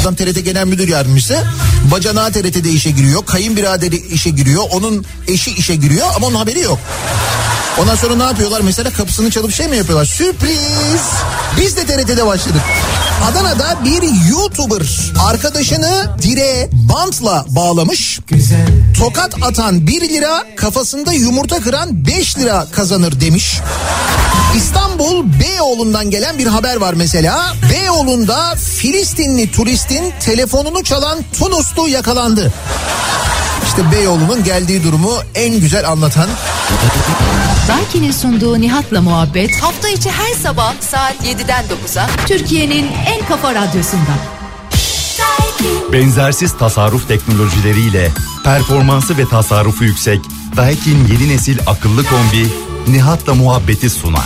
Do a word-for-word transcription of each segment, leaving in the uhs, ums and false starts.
Adam T R T Genel Müdür Yardımcısı. Bacanağı T R T'de işe giriyor. Kayınbiraderi işe giriyor. Onun eşi işe giriyor ama onun haberi yok. Ondan sonra ne yapıyorlar? Mesela kapısını çalıp şey mi yapıyorlar? Sürpriz! Biz de T R T'de başladık. Adana'da bir YouTuber arkadaşını direğe bantla bağlamış. Tokat atan bir lira, kafasında yumurta kıran beş lira kazanır demiş. İstanbul Beyoğlu'ndan gelen bir haber var mesela. Beyoğlu'nda Filistinli turistin telefonunu çalan Tunuslu yakalandı. İşte Beyoğlu'nun geldiği durumu en güzel anlatan. Daiki'nin sunduğu Nihat'la Muhabbet hafta içi her sabah saat yediden dokuza Türkiye'nin en kafa radyosunda. Benzersiz tasarruf teknolojileriyle performansı ve tasarrufu yüksek Daikin yeni nesil akıllı kombi Nihat'la Muhabbet'i sunar.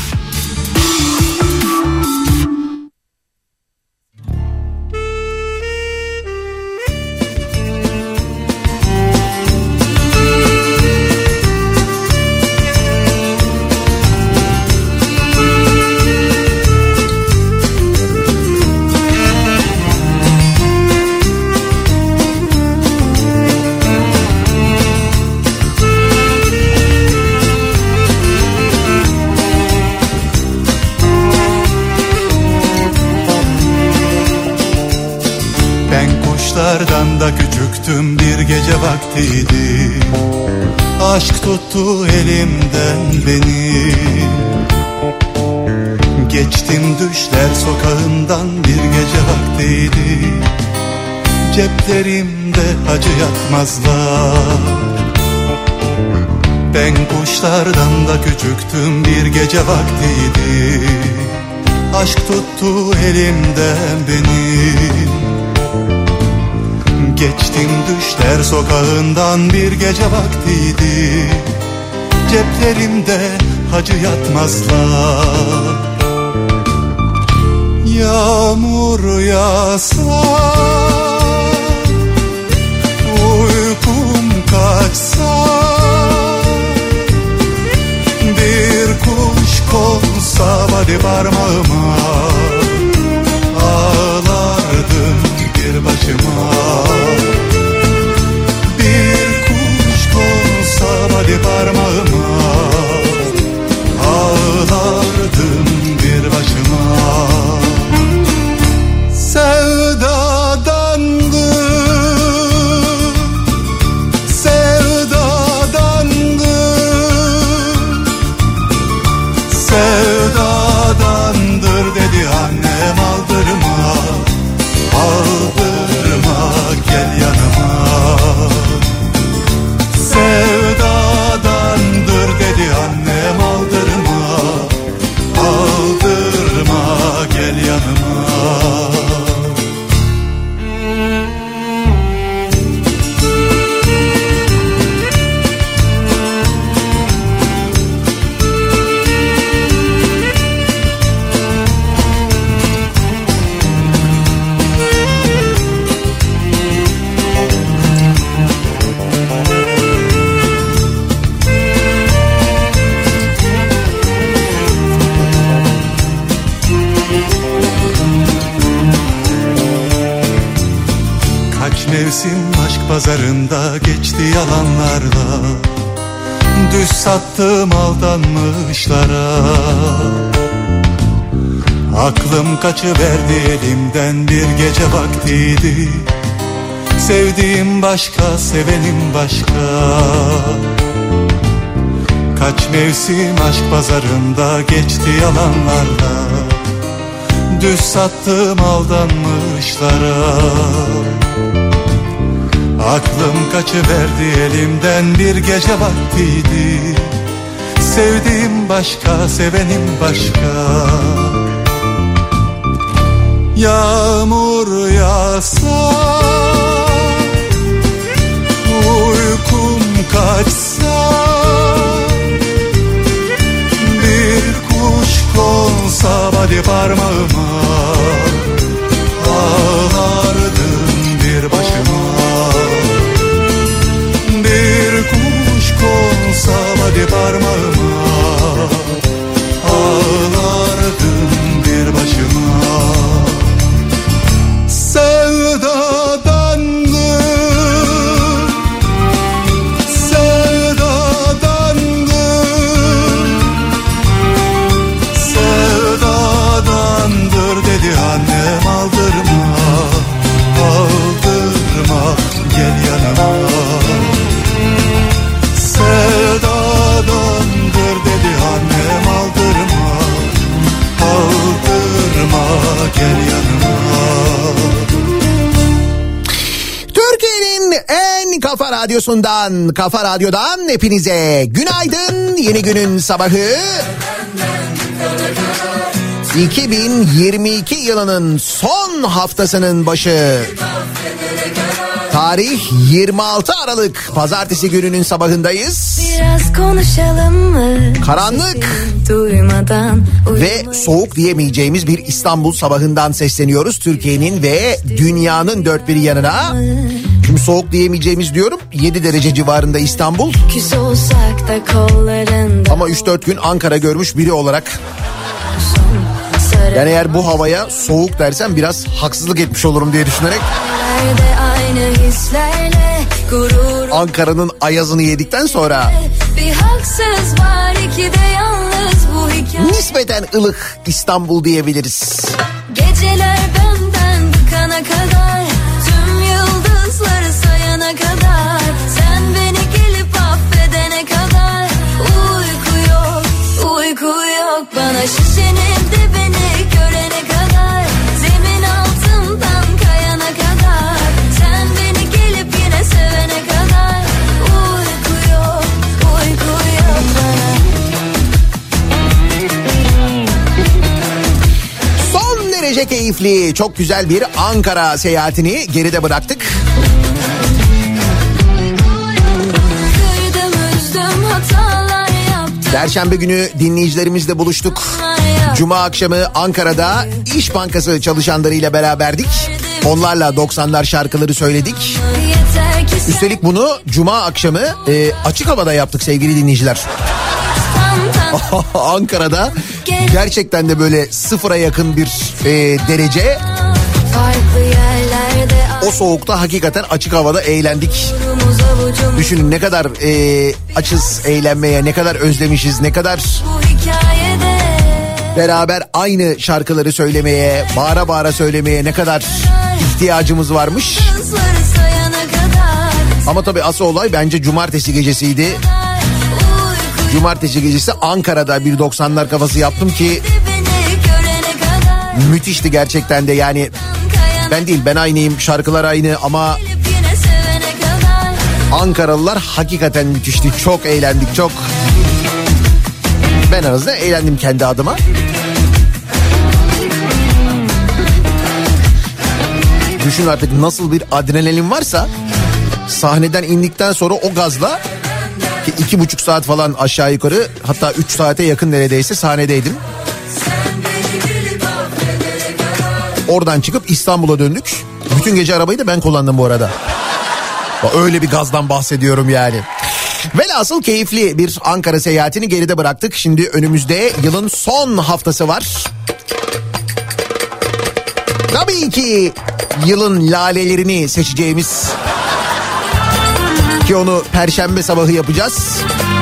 Da küçüktüm, bir gece vaktiydi. Aşk tuttu elimden beni. Geçtim düşler sokağından, bir gece vaktiydi. Ceplerimde acı yatmazlar. Ben kuşlardan da küçüktüm, bir gece vaktiydi. Aşk tuttu elimden beni. Geçtim düşler sokağından, bir gece vaktiydi. Ceplerimde hacı yatmazlar. Yağmur yağsa, uykum kaçsa, bir kuş konsa vadi parmağıma, ağlardım bir başıma. Bir kuş konsa vadi parmağıma, ağlardım bir başıma. Sevdadandı, sevdadandı, sevdadandır dedi annem, aldırma, aldırma gel yanıma. Sevdadandır dedi annem, aldırma, aldırma gel yanıma. Mevsim aşk pazarında geçti yalanlarla. Düz sattım aldanmışlara. Aklım kaçıverdi elimden, bir gece vaktiydi. Sevdiğim başka, sevenim başka. Kaç mevsim aşk pazarında geçti yalanlarla. Düz sattım aldanmışlara. Aklım kaçıverdi elimden, bir gece vaktiydi. Sevdiğim başka, sevenim başka. Yağmur yağsa, uykum kaçsa, bir kuş konsa vadi parmağıma, ağlardım bir başıma. Bir kuş konsa vadi parmağıma, ağlardım bir başıma. Radyosu'ndan, Kafa Radyo'dan hepinize günaydın. Yeni günün sabahı. iki bin yirmi iki yılının son haftasının başı. Tarih yirmi altı Aralık Pazartesi gününün sabahındayız. Biraz konuşalım mı? Karanlık duymadan ve soğuk diyemeyeceğimiz bir İstanbul sabahından sesleniyoruz. Türkiye'nin ve dünyanın dört bir yanına. Şimdi soğuk diyemeyeceğimiz diyorum. yedi derece civarında İstanbul. küs olsak da kollarında. Ama üç dört gün Ankara görmüş biri olarak. Yani eğer bu havaya soğuk dersem biraz haksızlık etmiş olurum diye düşünerek. Aynı hislerle gurur. Ankara'nın ayazını yedikten sonra. Bir haksız var, iki de yalnız bu hikaye. Nispeten ılık İstanbul diyebiliriz. Geceler benden bıkana kadar, tüm yıldızları sayana kadar, sen beni gelip affedene kadar, uyku yok, uyku yok bana şişenin dibini görene kadar, zemin altından kayana kadar, sen beni gelip yine sevene kadar, uyku yok, uyku yok bana. Son derece keyifli, çok güzel bir Ankara seyahatini geride bıraktık. Kırdım, üzdüm, hatalar yaptım. Perşembe günü dinleyicilerimizle buluştuk. Cuma akşamı Ankara'da İş Bankası çalışanlarıyla beraberdik. Onlarla doksanlar şarkıları söyledik. Yeter ki sen Üstelik bunu Cuma akşamı e, açık havada yaptık sevgili dinleyiciler. tam tam Ankara'da gerçekten de böyle sıfıra yakın bir e, derece. farklı yerlerde O soğukta hakikaten açık havada eğlendik. aklımız avucumuz. Düşünün ne kadar e, açız eğlenmeye, ne kadar özlemişiz, ne kadar Bu hikayede beraber aynı şarkıları söylemeye, bağıra bağıra söylemeye ne kadar ihtiyacımız varmış. hızları sayana kadar, Ama tabii asıl olay bence cumartesi gecesiydi. uyku Cumartesi gecesi Ankara'da bir doksanlar kafası yaptım ki dibini görene kadar, müthişti gerçekten de yani. kayana Ben değil, ben aynıyım, şarkılar aynı ama gelip yine sevene kadar, Ankaralılar hakikaten müthişti. Çok eğlendik, çok. Ben arasında eğlendim kendi adıma. Düşün artık nasıl bir adrenalin varsa sahneden indikten sonra o gazla ki iki buçuk saat falan aşağı yukarı, hatta üç saate yakın neredeyse sahnedeydim. Oradan çıkıp İstanbul'a döndük. Bütün gece arabayı da ben kullandım bu arada. Öyle bir gazdan bahsediyorum yani. Velhasıl keyifli bir Ankara seyahatini geride bıraktık. Şimdi önümüzde yılın son haftası var. Tabii ki yılın lalelerini seçeceğimiz, ki onu Perşembe sabahı yapacağız.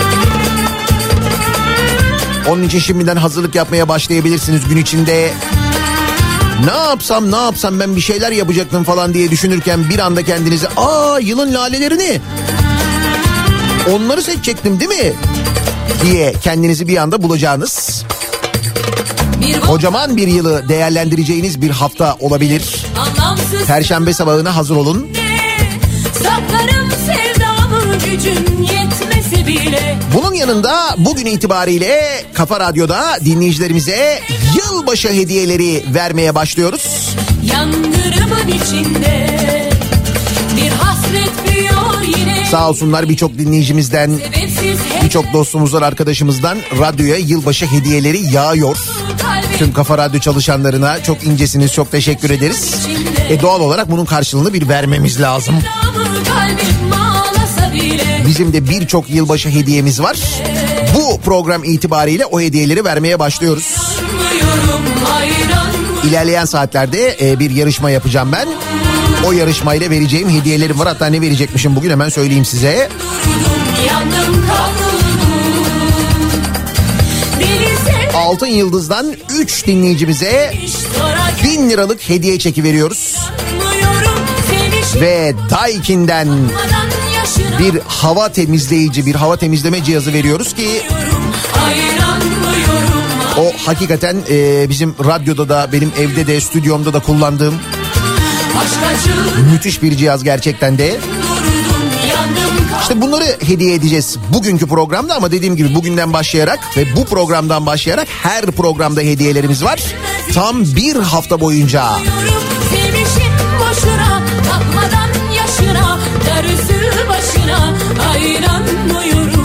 Onun için şimdiden hazırlık yapmaya başlayabilirsiniz gün içinde. Ne yapsam ne yapsam ben bir şeyler yapacaktım falan diye düşünürken bir anda kendinize aa yılın lalelerini, onları seçecektim değil mi diye kendinizi bir anda bulacağınız, kocaman bir yılı değerlendireceğiniz bir hafta olabilir. anlamsız Perşembe sabahına hazır olun. saklarım sevdamı, gücün yetmese bile. Bunun yanında bugün itibariyle Kafa Radyo'da dinleyicilerimize yılbaşı hediyeleri vermeye başlıyoruz. Yangınımın içinde bir hasret büyüyor yine. Sağ olsunlar, birçok dinleyicimizden, Sebepsiz hep birçok dostumuzdan, arkadaşımızdan radyoya yılbaşı hediyeleri yağıyor. kalbim Tüm Kafa Radyo çalışanlarına çok incesiniz, çok teşekkür ederiz. E doğal olarak bunun karşılığını bir vermemiz lazım. damı, kalbim ağlasa bile. Bizim de birçok yılbaşı hediyemiz var. Bu program itibariyle o hediyeleri vermeye başlıyoruz. Anlıyorum, hayran İlerleyen saatlerde e, bir yarışma yapacağım ben. O yarışmayla vereceğim hediyelerim var. Hatta ne verecekmişim bugün hemen söyleyeyim size. durdum, yandım kavrulum. Deli sevdim, Altın Yıldız'dan üç dinleyicimize sonra bin liralık hediye çeki veriyoruz. anlıyorum seni Ve Daikin'den şişmadan yaşına bir hava temizleyici, bir hava temizleme cihazı veriyoruz ki hayranlıyorum. o hakikaten e, bizim radyoda da, benim evde de, stüdyomda da kullandığım Başkacı müthiş bir cihaz gerçekten de. durdum, yandım İşte bunları hediye edeceğiz bugünkü programda ama dediğim gibi bugünden başlayarak ve bu programdan başlayarak her programda hediyelerimiz var. Tam bir hafta boyunca. Sevmişim boşuna, bakmadan yaşına, darısı başına, ayranmıyorum.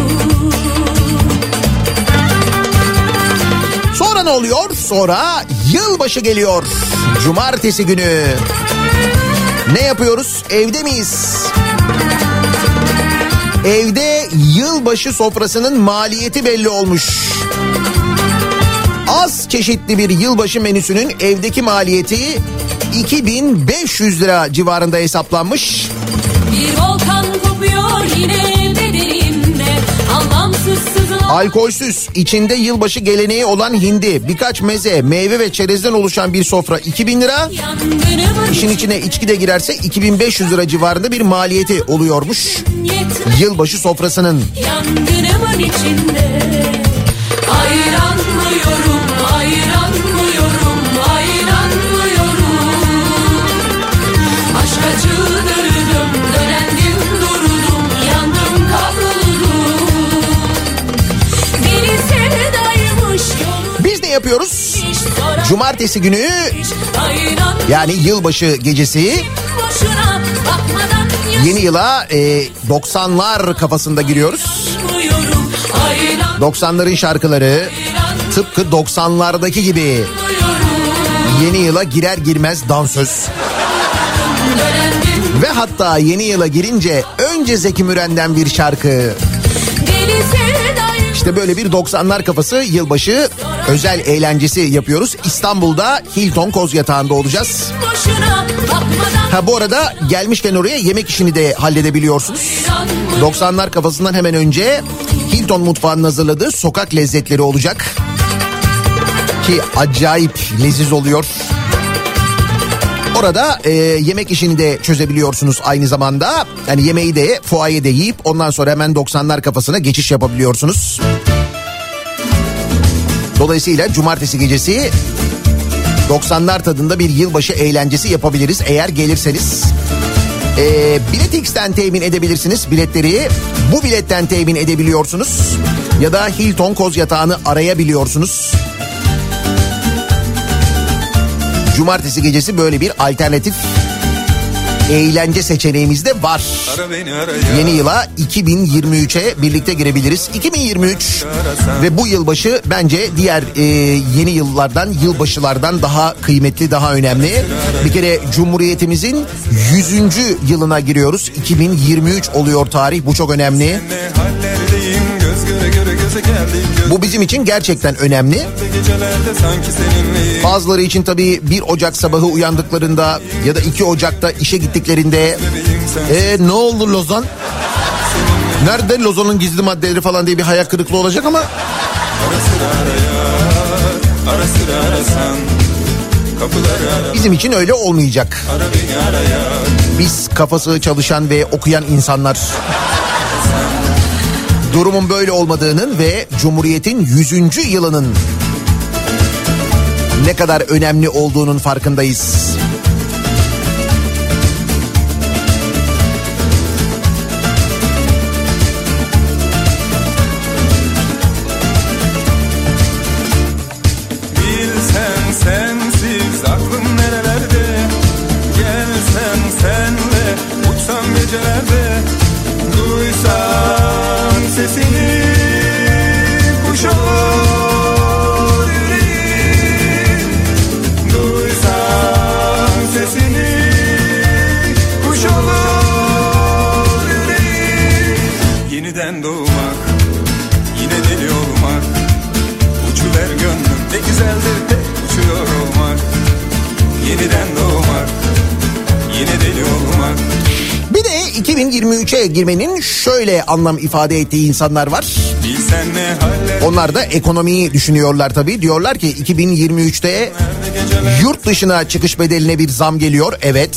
Sonra ne oluyor? Sonra yılbaşı geliyor. Cumartesi günü. Ne yapıyoruz? Evde miyiz? Evde yılbaşı sofrasının maliyeti belli olmuş. Az çeşitli bir yılbaşı menüsünün evdeki maliyeti iki bin beş yüz lira civarında hesaplanmış. Bir volkan kopuyor yine bedenimde, anlamsız sızılan... Alkolsüz, içinde yılbaşı geleneği olan hindi, birkaç meze, meyve ve çerezden oluşan bir sofra iki bin lira. İşin içine içki de girerse iki bin beş yüz lira civarında bir maliyeti oluyormuş. Yılbaşı sofrasının. Yangınımın içinde ayranmıyorum, ayranmıyorum, ayranmıyorum. Aşk acı dönüdüm, dönendim durdum, yandım kavruldum. Deli sevdaymış yolum. Biz ne yapıyoruz? Cumartesi günü, yani yılbaşı gecesi, yeni yıla e, doksanlar kafasında giriyoruz. doksanların şarkıları tıpkı doksanlardaki gibi yeni yıla girer girmez dansöz. Ve hatta yeni yıla girince önce Zeki Müren'den bir şarkı. İşte böyle bir doksanlar kafası yılbaşı özel eğlencesi yapıyoruz. İstanbul'da Hilton Kozyatağı'nda olacağız. Ha bu arada gelmişken oraya yemek işini de halledebiliyorsunuz. doksanlar kafasından hemen önce Hilton mutfağının hazırladığı sokak lezzetleri olacak. Ki acayip leziz oluyor. Orada e, yemek işini de çözebiliyorsunuz aynı zamanda. Yani yemeği de fuayede yiyip ondan sonra hemen doksanlar kafasına geçiş yapabiliyorsunuz. Dolayısıyla cumartesi gecesi doksanlar tadında bir yılbaşı eğlencesi yapabiliriz eğer gelirseniz. E, Biletix'ten temin edebilirsiniz biletleri. Bu biletten temin edebiliyorsunuz. Ya da Hilton Kozyatağı'nı arayabiliyorsunuz. Cumartesi gecesi böyle bir alternatif eğlence seçeneğimiz de var. Yeni yıla iki bin yirmi üçe birlikte girebiliriz. iki bin yirmi üç ve bu yılbaşı bence diğer e, yeni yıllardan, yılbaşılardan daha kıymetli, daha önemli. Bir kere Cumhuriyetimizin yüzüncü yılına giriyoruz. iki bin yirmi üç oluyor tarih, bu çok önemli. Bu bizim için gerçekten önemli. Bazıları için tabii bir Ocak sabahı uyandıklarında ya da iki Ocak'ta işe gittiklerinde e, ne oldu Lozan? Nerede Lozan'ın gizli maddeleri falan diye bir hayal kırıklığı olacak ama bizim için öyle olmayacak. Biz kafası çalışan ve okuyan insanlar durumun böyle olmadığının ve Cumhuriyet'in yüzüncü yılının ne kadar önemli olduğunun farkındayız. Bilsen sensiz aklım nerelerde, gelsem senle uçsam gecelerde, duysam sesini kuş olur yüreğim, duysam sesini kuş olur yüreğim. Yeniden doğmak, yine deli olmak, uçuver gönlüm ne güzeldir de uçuyor olmak. Yeniden doğmak, yine deli olmak. Bir de iki bin yirmi üçe girmenin şöyle anlam ifade ettiği insanlar var. Onlar da ekonomiyi düşünüyorlar tabii. Diyorlar ki iki bin yirmi üçte yurt dışına çıkış bedeline bir zam geliyor. Evet.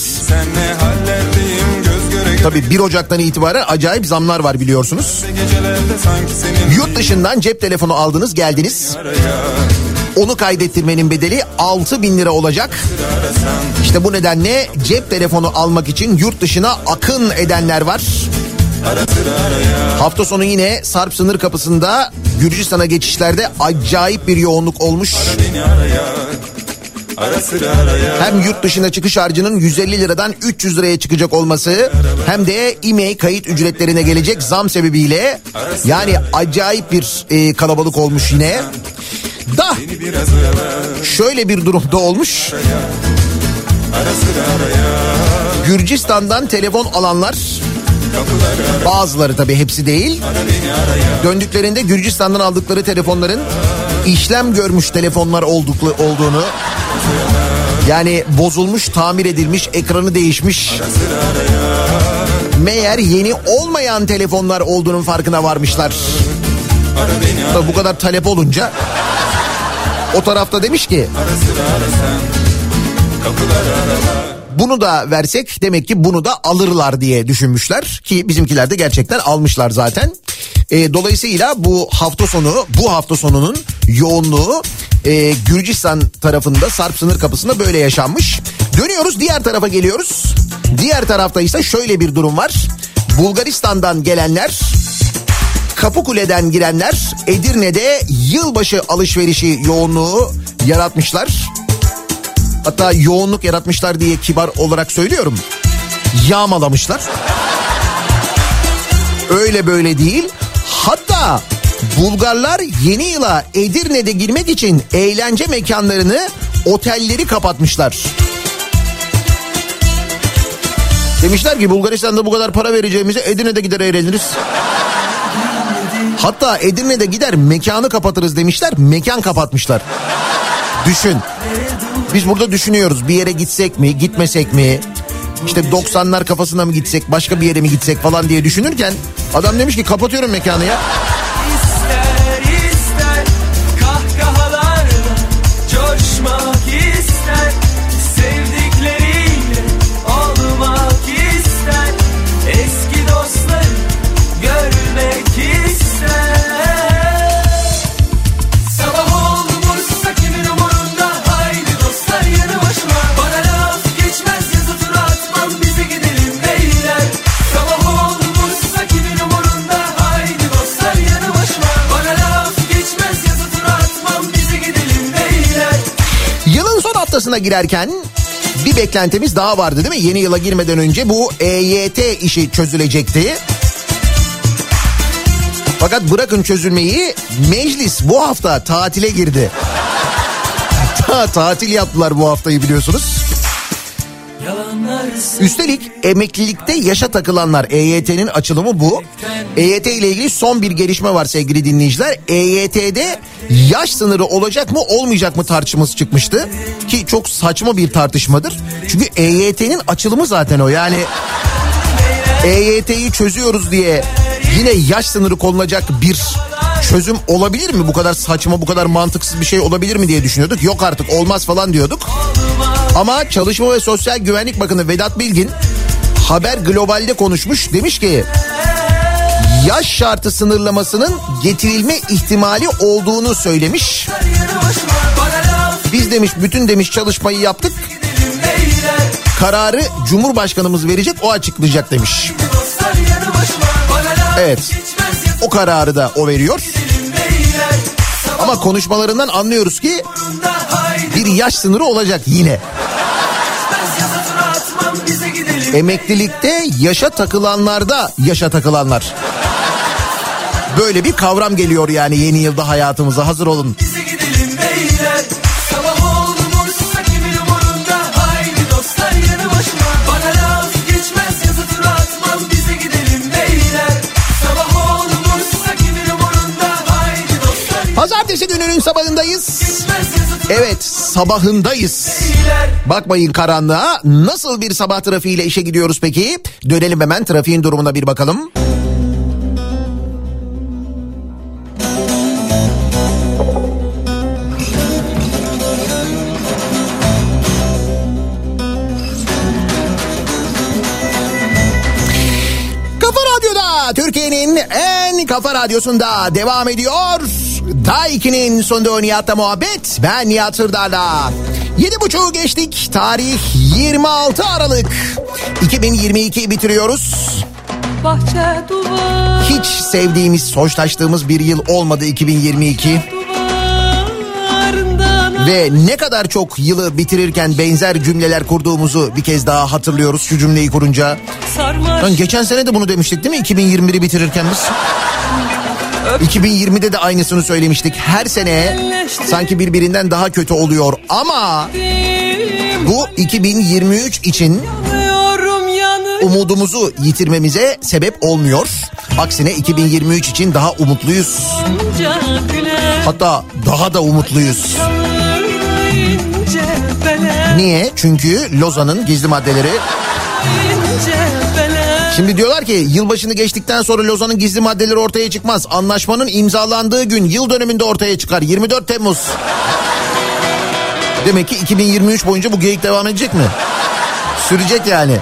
Tabii bir Ocak'tan itibaren acayip zamlar var biliyorsunuz. Yurt dışından cep telefonu aldınız, geldiniz. Onu kaydettirmenin bedeli altı bin lira olacak. İşte bu nedenle cep telefonu almak için yurt dışına akın edenler var. Hafta sonu yine Sarp sınır kapısında Gürcistan'a geçişlerde acayip bir yoğunluk olmuş. Hem yurt dışına çıkış harcının yüz elli liradan üç yüz liraya çıkacak olması hem de İMEI kayıt ücretlerine gelecek zam sebebiyle yani acayip bir e, kalabalık olmuş yine. Da şöyle bir durumda olmuş. Gürcistan'dan telefon alanlar, bazıları tabii, hepsi değil, döndüklerinde Gürcistan'dan aldıkları telefonların işlem görmüş telefonlar olduklu, olduğunu, yani bozulmuş, tamir edilmiş, ekranı değişmiş, meğer yeni olmayan telefonlar olduğunun farkına varmışlar. Tabii bu kadar talep olunca o tarafta demiş ki bunu da versek demek ki bunu da alırlar diye düşünmüşler ki bizimkiler de gerçekten almışlar zaten. E, dolayısıyla bu hafta sonu, bu hafta sonunun yoğunluğu e, Gürcistan tarafında Sarp sınır kapısında böyle yaşanmış. Dönüyoruz, diğer tarafa geliyoruz. Diğer tarafta ise şöyle bir durum var. Bulgaristan'dan gelenler, Kapıkule'den girenler Edirne'de yılbaşı alışverişi yoğunluğu yaratmışlar. Hatta yoğunluk yaratmışlar diye kibar olarak söylüyorum. Yağmalamışlar. Öyle böyle değil. Hatta Bulgarlar yeni yıla Edirne'de girmek için eğlence mekanlarını, otelleri kapatmışlar. Demişler ki Bulgaristan'da bu kadar para vereceğimize Edirne'de gider eğleniriz. Hatta Edirne'de gider mekanı kapatırız demişler. Mekan kapatmışlar. Düşün. Biz burada düşünüyoruz, bir yere gitsek mi, gitmesek mi? İşte doksanlar kafasına mı gitsek, başka bir yere mi gitsek falan diye düşünürken adam demiş ki kapatıyorum mekanı ya. İster ister kahkahalarla coşmak ister, sevdikleriyle olmak ister, eski dostları görmek ister. Sabah olmuşsa kimin umurunda, haydi dostlar yanı başıma, bana laf geçmez yazı tura atmam, bize gidelim beyler. Sabah olmuşsa kimin umurunda, haydi dostlar yanı başıma, bana laf geçmez yazı tura atmam, bize gidelim beyler. Yılın son haftasına girerken bir beklentimiz daha vardı değil mi? Yeni yıla girmeden önce bu E Y T işi çözülecekti. Fakat bırakın çözülmeyi, meclis bu hafta tatile girdi. Ta, tatil yaptılar bu haftayı, biliyorsunuz. Üstelik emeklilikte yaşa takılanlar, E Y T'nin açılımı bu. E Y T ile ilgili son bir gelişme var sevgili dinleyiciler. E Y T'de yaş sınırı olacak mı olmayacak mı tartışması çıkmıştı. Ki çok saçma bir tartışmadır. Çünkü E Y T'nin açılımı zaten o, yani E Y T'yi çözüyoruz diye yine yaş sınırı konulacak bir çözüm olabilir mi? Bu kadar saçma, bu kadar mantıksız bir şey olabilir mi diye düşünüyorduk. Yok artık, olmaz falan diyorduk. Ama Çalışma ve Sosyal Güvenlik Bakanı Vedat Bilgin Haber Global'de konuşmuş. Demiş ki yaş şartı sınırlamasının getirilme ihtimali olduğunu söylemiş. Biz demiş bütün demiş çalışmayı yaptık. Kararı Cumhurbaşkanımız verecek, o açıklayacak demiş. Evet, o kararı da o veriyor. Ama konuşmalarından anlıyoruz ki bir yaş sınırı olacak yine. Emeklilikte yaşa takılanlarda yaşa takılanlar. Böyle bir kavram geliyor yani yeni yılda hayatımıza, hazır olun. Pazartesi gününün sabahındayız. Evet, sabahındayız. Bakmayın karanlığa. Nasıl bir sabah trafiğiyle işe gidiyoruz peki? Dönelim hemen trafiğin durumuna bir bakalım. Kafa Radyo'da, Türkiye'nin en kafa radyosunda devam ediyor. Daiki'nin sonunda Nihat'la muhabbet. Ben Nihat Sırdar'la. Yedi buçuğu geçtik. Tarih yirmi altı Aralık. iki bin yirmi iki bitiriyoruz. bahçe duvar. Hiç sevdiğimiz, hoşlaştığımız bir yıl olmadı iki bin yirmi iki. Ve ne kadar çok yılı bitirirken benzer cümleler kurduğumuzu bir kez daha hatırlıyoruz şu cümleyi kurunca. Yani geçen sene de bunu demiştik değil mi? iki bin yirmi biri bitirirken biz. iki bin yirmide de aynısını söylemiştik. Her sene sanki birbirinden daha kötü oluyor ama bu iki bin yirmi üç için umudumuzu yitirmemize sebep olmuyor. Aksine iki bin yirmi üç için daha umutluyuz. Hatta daha da umutluyuz. Niye? Çünkü Lozan'ın gizli maddeleri... Şimdi diyorlar ki yılbaşını geçtikten sonra Lozan'ın gizli maddeleri ortaya çıkmaz. Anlaşmanın imzalandığı gün yıl dönümünde ortaya çıkar. yirmi dört Temmuz. Demek ki iki bin yirmi üç boyunca bu geyik devam edecek mi? Sürecek yani.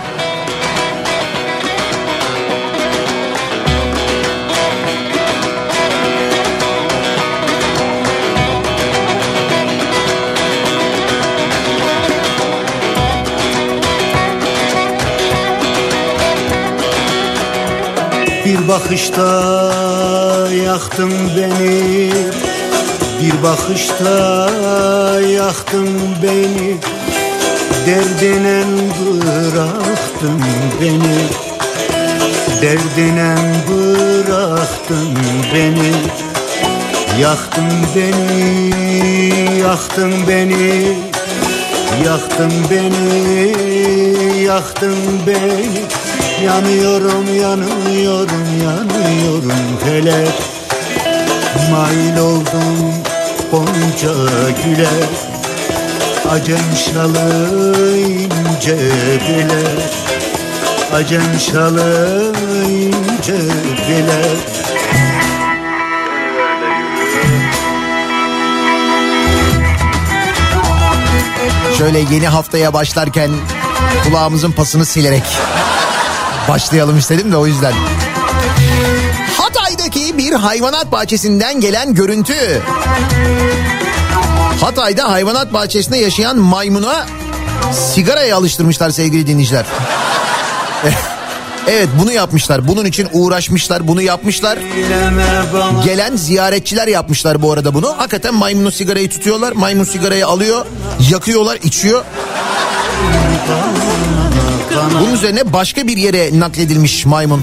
Bir bakışta yaktın beni, bir bakışta yaktın beni, derdine bıraktın beni, derdine bıraktın beni, yaktın beni, yaktın beni, yaktın beni, yaktın beni. Yanıyorum, yanıyorum, yanıyorum felek. Mail oldum gonca güle. Acem şalı ince bile. Acem şalı ince bile. Şöyle yeni haftaya başlarken kulağımızın pasını silerek başlayalım istedim de o yüzden. Hatay'daki bir hayvanat bahçesinden gelen görüntü. Hatay'da hayvanat bahçesinde yaşayan maymuna sigaraya alıştırmışlar sevgili dinleyiciler. Evet, bunu yapmışlar. Bunun için uğraşmışlar, bunu yapmışlar. Gelen ziyaretçiler yapmışlar bu arada bunu. Hakikaten maymunu sigarayı tutuyorlar. Maymun sigarayı alıyor, yakıyorlar, içiyor. Bunun üzerine başka bir yere nakledilmiş maymun.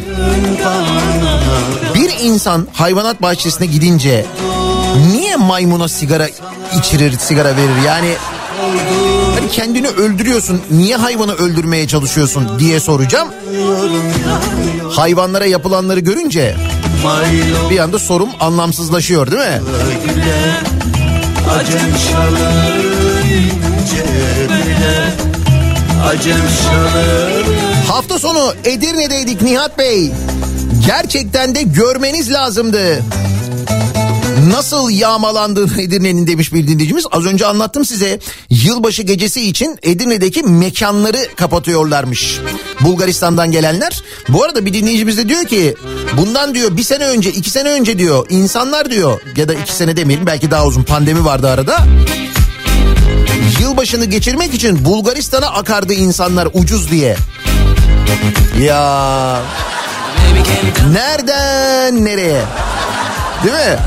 Bir insan hayvanat bahçesine gidince niye maymuna sigara içirir, sigara verir? Yani hani kendini öldürüyorsun, niye hayvanı öldürmeye çalışıyorsun diye soracağım. Hayvanlara yapılanları görünce bir anda sorum anlamsızlaşıyor değil mi? Hafta sonu Edirne'deydik Nihat Bey. Gerçekten de görmeniz lazımdı. Nasıl yağmalandığını Edirne'nin demiş bir dinleyicimiz. Az önce anlattım size. Yılbaşı gecesi için Edirne'deki mekanları kapatıyorlarmış Bulgaristan'dan gelenler. Bu arada bir dinleyicimiz de diyor ki bundan diyor bir sene önce, iki sene önce diyor insanlar diyor, ya da iki sene demeyelim belki daha uzun, pandemi vardı arada. Yılbaşını geçirmek için Bulgaristan'a akardı insanlar ucuz diye. Ya nereden nereye? Değil mi?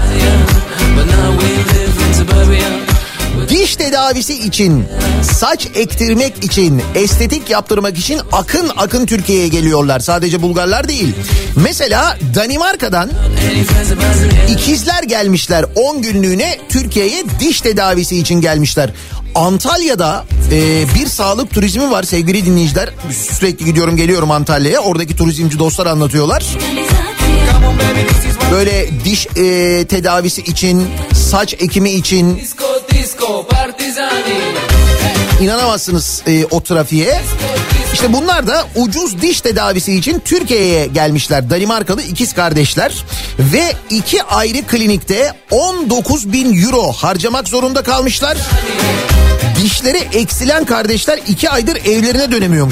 Diş tedavisi için, saç ektirmek için, estetik yaptırmak için akın akın Türkiye'ye geliyorlar. Sadece Bulgarlar değil. Mesela Danimarka'dan ikizler gelmişler on günlüğüne Türkiye'ye diş tedavisi için gelmişler. Antalya'da e, bir sağlık turizmi var sevgili dinleyiciler. Sürekli gidiyorum geliyorum Antalya'ya. Oradaki turizmci dostlar anlatıyorlar. Böyle diş e, tedavisi için, saç ekimi için. İnanamazsınız e, o trafiğe. İşte bunlar da ucuz diş tedavisi için Türkiye'ye gelmişler. Danimarkalı ikiz kardeşler ve iki ayrı klinikte on dokuz bin euro harcamak zorunda kalmışlar. Dişleri eksilen kardeşler iki aydır evlerine dönemiyormuş.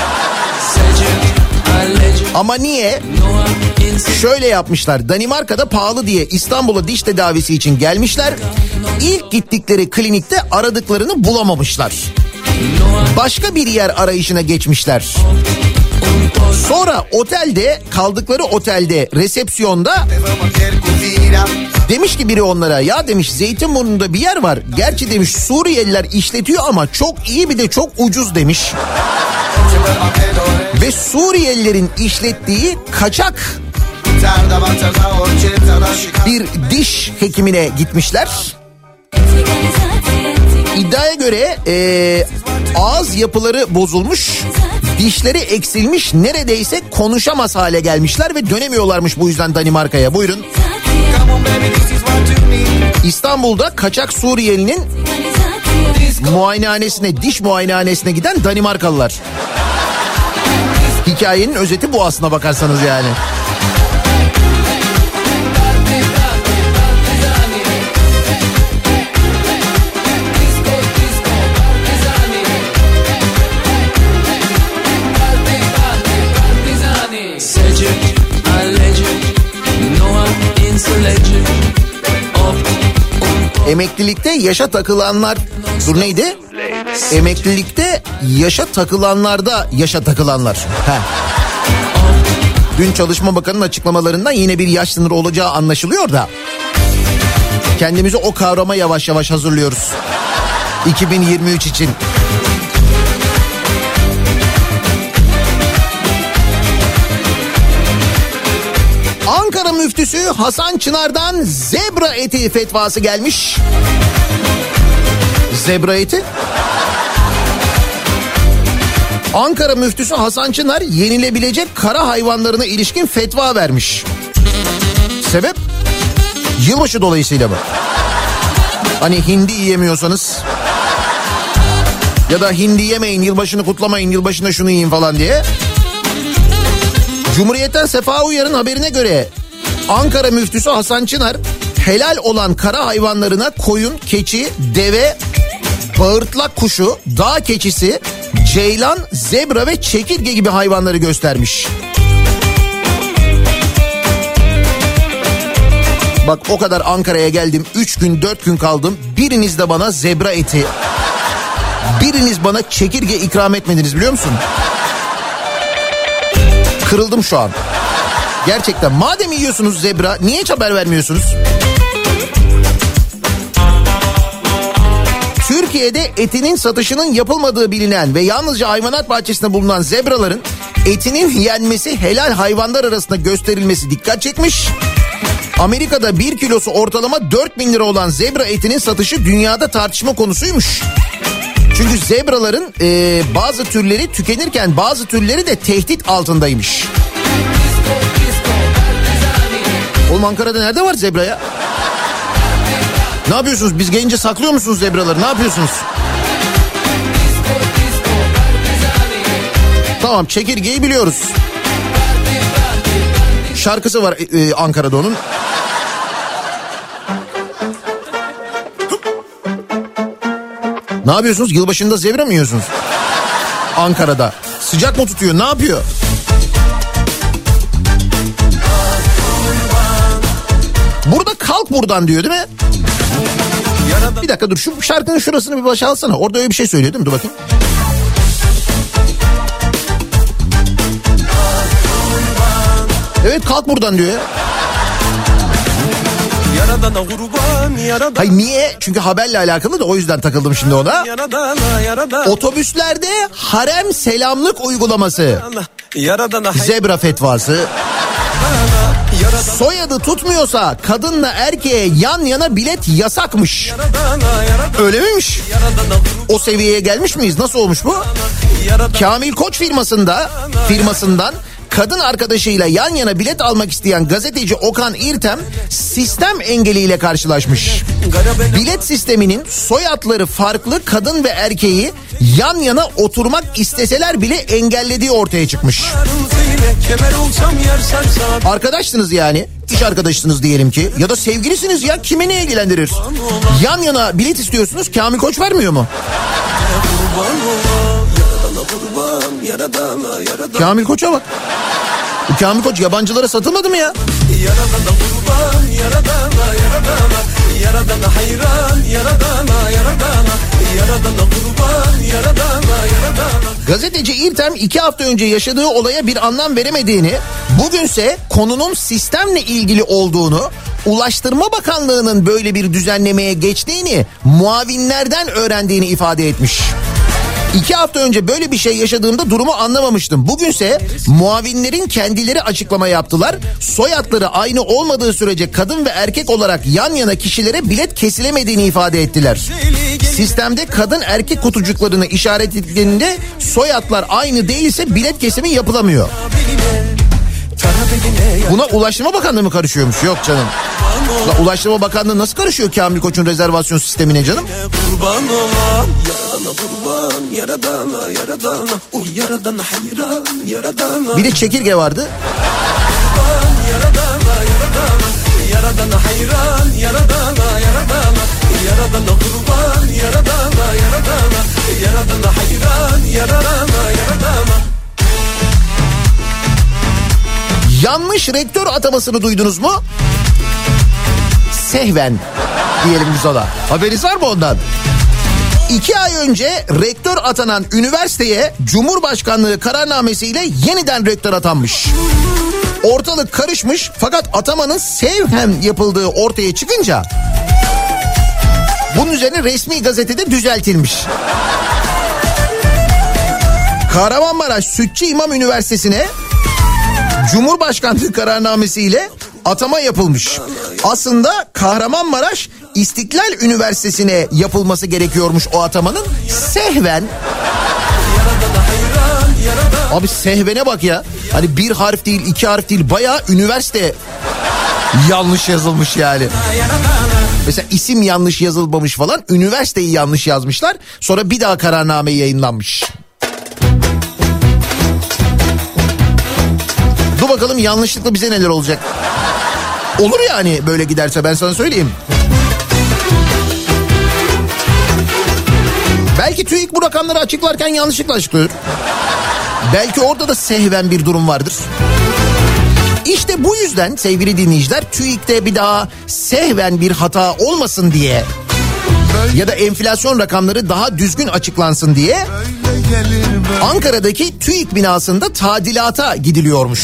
Ama niye? Şöyle yapmışlar. Danimarka'da pahalı diye İstanbul'a diş tedavisi için gelmişler. İlk gittikleri klinikte aradıklarını bulamamışlar. Başka bir yer arayışına geçmişler. Sonra otelde, kaldıkları otelde resepsiyonda demiş ki biri onlara, ya demiş Zeytinburnu'nda bir yer var. Gerçi demiş Suriyeliler işletiyor ama çok iyi, bir de çok ucuz demiş. Ve Suriyelilerin işlettiği kaçak bir diş hekimine gitmişler. İddiaya göre e, ağız yapıları bozulmuş, dişleri eksilmiş, neredeyse konuşamaz hale gelmişler ve dönemiyorlarmış bu yüzden Danimarka'ya. Buyurun. İstanbul'da kaçak Suriyelinin muayenehanesine, diş muayenehanesine giden Danimarkalılar. Hikayenin özeti bu aslına bakarsanız yani. Emeklilikte yaşa takılanlar, dur neydi? Emeklilikte yaşa takılanlarda yaşa takılanlar. Heh. Dün Çalışma Bakanı'nın açıklamalarından yine bir yaş sınırı olacağı anlaşılıyor da kendimizi o kavrama yavaş yavaş hazırlıyoruz iki bin yirmi üç için. Ankara müftüsü Hasan Çınar'dan zebra eti fetvası gelmiş. Zebra eti? Ankara müftüsü Hasan Çınar yenilebilecek kara hayvanlarına ilişkin fetva vermiş. Sebep? Yılbaşı dolayısıyla mı? Hani hindi yiyemiyorsanız ya da hindi yemeyin, yılbaşını kutlamayın, yılbaşında şunu yiyin falan diye. Cumhuriyet'ten Sefa Uyar'ın haberine göre Ankara müftüsü Hasan Çınar helal olan kara hayvanlarına koyun, keçi, deve, bağırtlak kuşu, dağ keçisi, ceylan, zebra ve çekirge gibi hayvanları göstermiş. Bak o kadar Ankara'ya geldim, üç gün dört gün kaldım, biriniz de bana zebra eti, biriniz bana çekirge ikram etmediniz biliyor musun? Kırıldım şu an. Gerçekten madem yiyorsunuz zebra, niye hiç haber vermiyorsunuz? Türkiye'de etinin satışının yapılmadığı bilinen ve yalnızca hayvanat bahçesinde bulunan zebraların etinin yenmesi helal hayvanlar arasında gösterilmesi dikkat çekmiş. Amerika'da bir kilosu ortalama dört bin lira olan zebra etinin satışı dünyada tartışma konusuymuş. Çünkü zebraların e, bazı türleri tükenirken bazı türleri de tehdit altındaymış. Oğlum Ankara'da nerede var zebra ya? Ne yapıyorsunuz? Biz gelince saklıyor musunuz zebraları? Ne yapıyorsunuz? Tamam, çekirgeyi biliyoruz. Şarkısı var e, Ankara'da onun. Ne yapıyorsunuz? Yılbaşında zebra mı yiyorsunuz? Ankara'da. Sıcak mı tutuyor? Ne yapıyor? Burada kalk buradan diyor değil mi? Bir dakika dur, şu şarkının şurasını bir başa alsana. Orada öyle bir şey söylüyor değil mi? Dur bakayım. Evet, kalk buradan diyor ya. Yaradana kurban, yaradana. Hayır niye? Çünkü haberle alakalı da o yüzden takıldım şimdi ona. Yaradana, yaradana. Otobüslerde harem selamlık uygulaması. Yaradana. Zebra fetvası. Soyadı tutmuyorsa kadınla erkeğe yan yana bilet yasakmış. Öyle miymiş? O seviyeye gelmiş miyiz? Nasıl olmuş bu? Kamil Koç firmasında firmasından kadın arkadaşıyla yan yana bilet almak isteyen gazeteci Okan İrtem sistem engeliyle karşılaşmış. Bilet sisteminin soyadları farklı kadın ve erkeği yan yana oturmak isteseler bile engellediği ortaya çıkmış. Arkadaşsınız yani, iş arkadaşsınız diyelim ki, ya da sevgilisiniz ya, kime ne ilgilendirir? Yan yana bilet istiyorsunuz, Kamil Koç vermiyor mu? Kamil Koç'a bak. Kamil Koç yabancılara satılmadı mı ya? Yaradana hayran, yaradana, yaradana, yaradana kurban, yaradana, yaradana. Gazeteci İrtem iki hafta önce yaşadığı olaya bir anlam veremediğini, bugünse konunun sistemle ilgili olduğunu, Ulaştırma Bakanlığı'nın böyle bir düzenlemeye geçtiğini muavinlerden öğrendiğini ifade etmiş. İki hafta önce böyle bir şey yaşadığımda durumu anlamamıştım. Bugünse muavinlerin kendileri açıklama yaptılar. Soyadları aynı olmadığı sürece kadın ve erkek olarak yan yana kişilere bilet kesilemediğini ifade ettiler. Sistemde kadın erkek kutucuklarını işaret ettiğinde soyadlar aynı değilse bilet kesimi yapılamıyor. Buna Ulaştırma Bakanlığı mı karışıyormuş? Yok canım. La Ulaştırma Bakanlığı nasıl karışıyor Kamil Koç'un rezervasyon sistemine canım? Kurban olan, yaradana kurban, yaradana, yaradana, uy yaradana hayran, yaradana. Bir de çekirge vardı. Yaradana, yaradana, yaradana hayran, yaradana, yaradana, yaradana kurban, yaradana, yaradana, yaradana hayran, yaradana, yaradana. Yanlış rektör atamasını duydunuz mu? Sehven diyelim biz ona. Haberiniz var mı ondan? İki ay önce rektör atanan üniversiteye Cumhurbaşkanlığı kararnamesiyle yeniden rektör atanmış. Ortalık karışmış fakat atamanın Sehven yapıldığı ortaya çıkınca bunun üzerine resmi gazetede düzeltilmiş. Kahramanmaraş Sütçü İmam Üniversitesi'ne Cumhurbaşkanlığı kararnamesiyle atama yapılmış. Aslında Kahramanmaraş İstiklal Üniversitesi'ne yapılması gerekiyormuş o atamanın. Sehven. Abi Sehven'e bak ya. Hani bir harf değil, iki harf değil, bayağı üniversite yanlış yazılmış yani. Mesela isim yanlış yazılmamış falan, üniversiteyi yanlış yazmışlar. Sonra bir daha kararname yayınlanmış. Dur bakalım yanlışlıkla bize neler olacak. Olur yani böyle giderse, ben sana söyleyeyim. Belki TÜİK bu rakamları açıklarken yanlışlıkla açıklıyor. Belki orada da sehven bir durum vardır. İşte bu yüzden sevgili dinleyiciler, TÜİK'te bir daha sehven bir hata olmasın diye ya da enflasyon rakamları daha düzgün açıklansın diye Ankara'daki TÜİK binasında tadilata gidiliyormuş.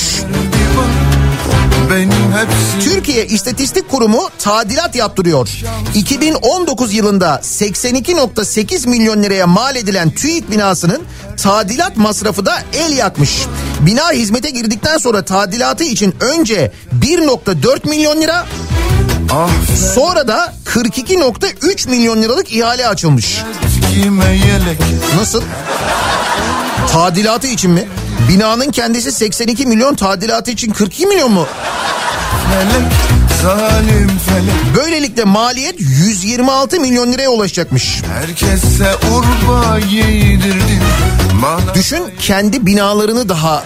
Türkiye İstatistik Kurumu tadilat yaptırıyor. iki bin on dokuz yılında seksen iki virgül sekiz milyon liraya mal edilen TÜİK binasının tadilat masrafı da el yakmış. Bina hizmete girdikten sonra tadilatı için önce bir virgül dört milyon lira, sonra da kırk iki virgül üç milyon liralık ihale açılmış. Nasıl? Tadilatı için mi? Binanın kendisi seksen iki milyon, tadilatı için kırk iki milyon mu? Felek, zalim felek. Böylelikle maliyet yüz yirmi altı milyon liraya ulaşacakmış. Herkese urba yedirdin. Bana... Düşün, kendi binalarını daha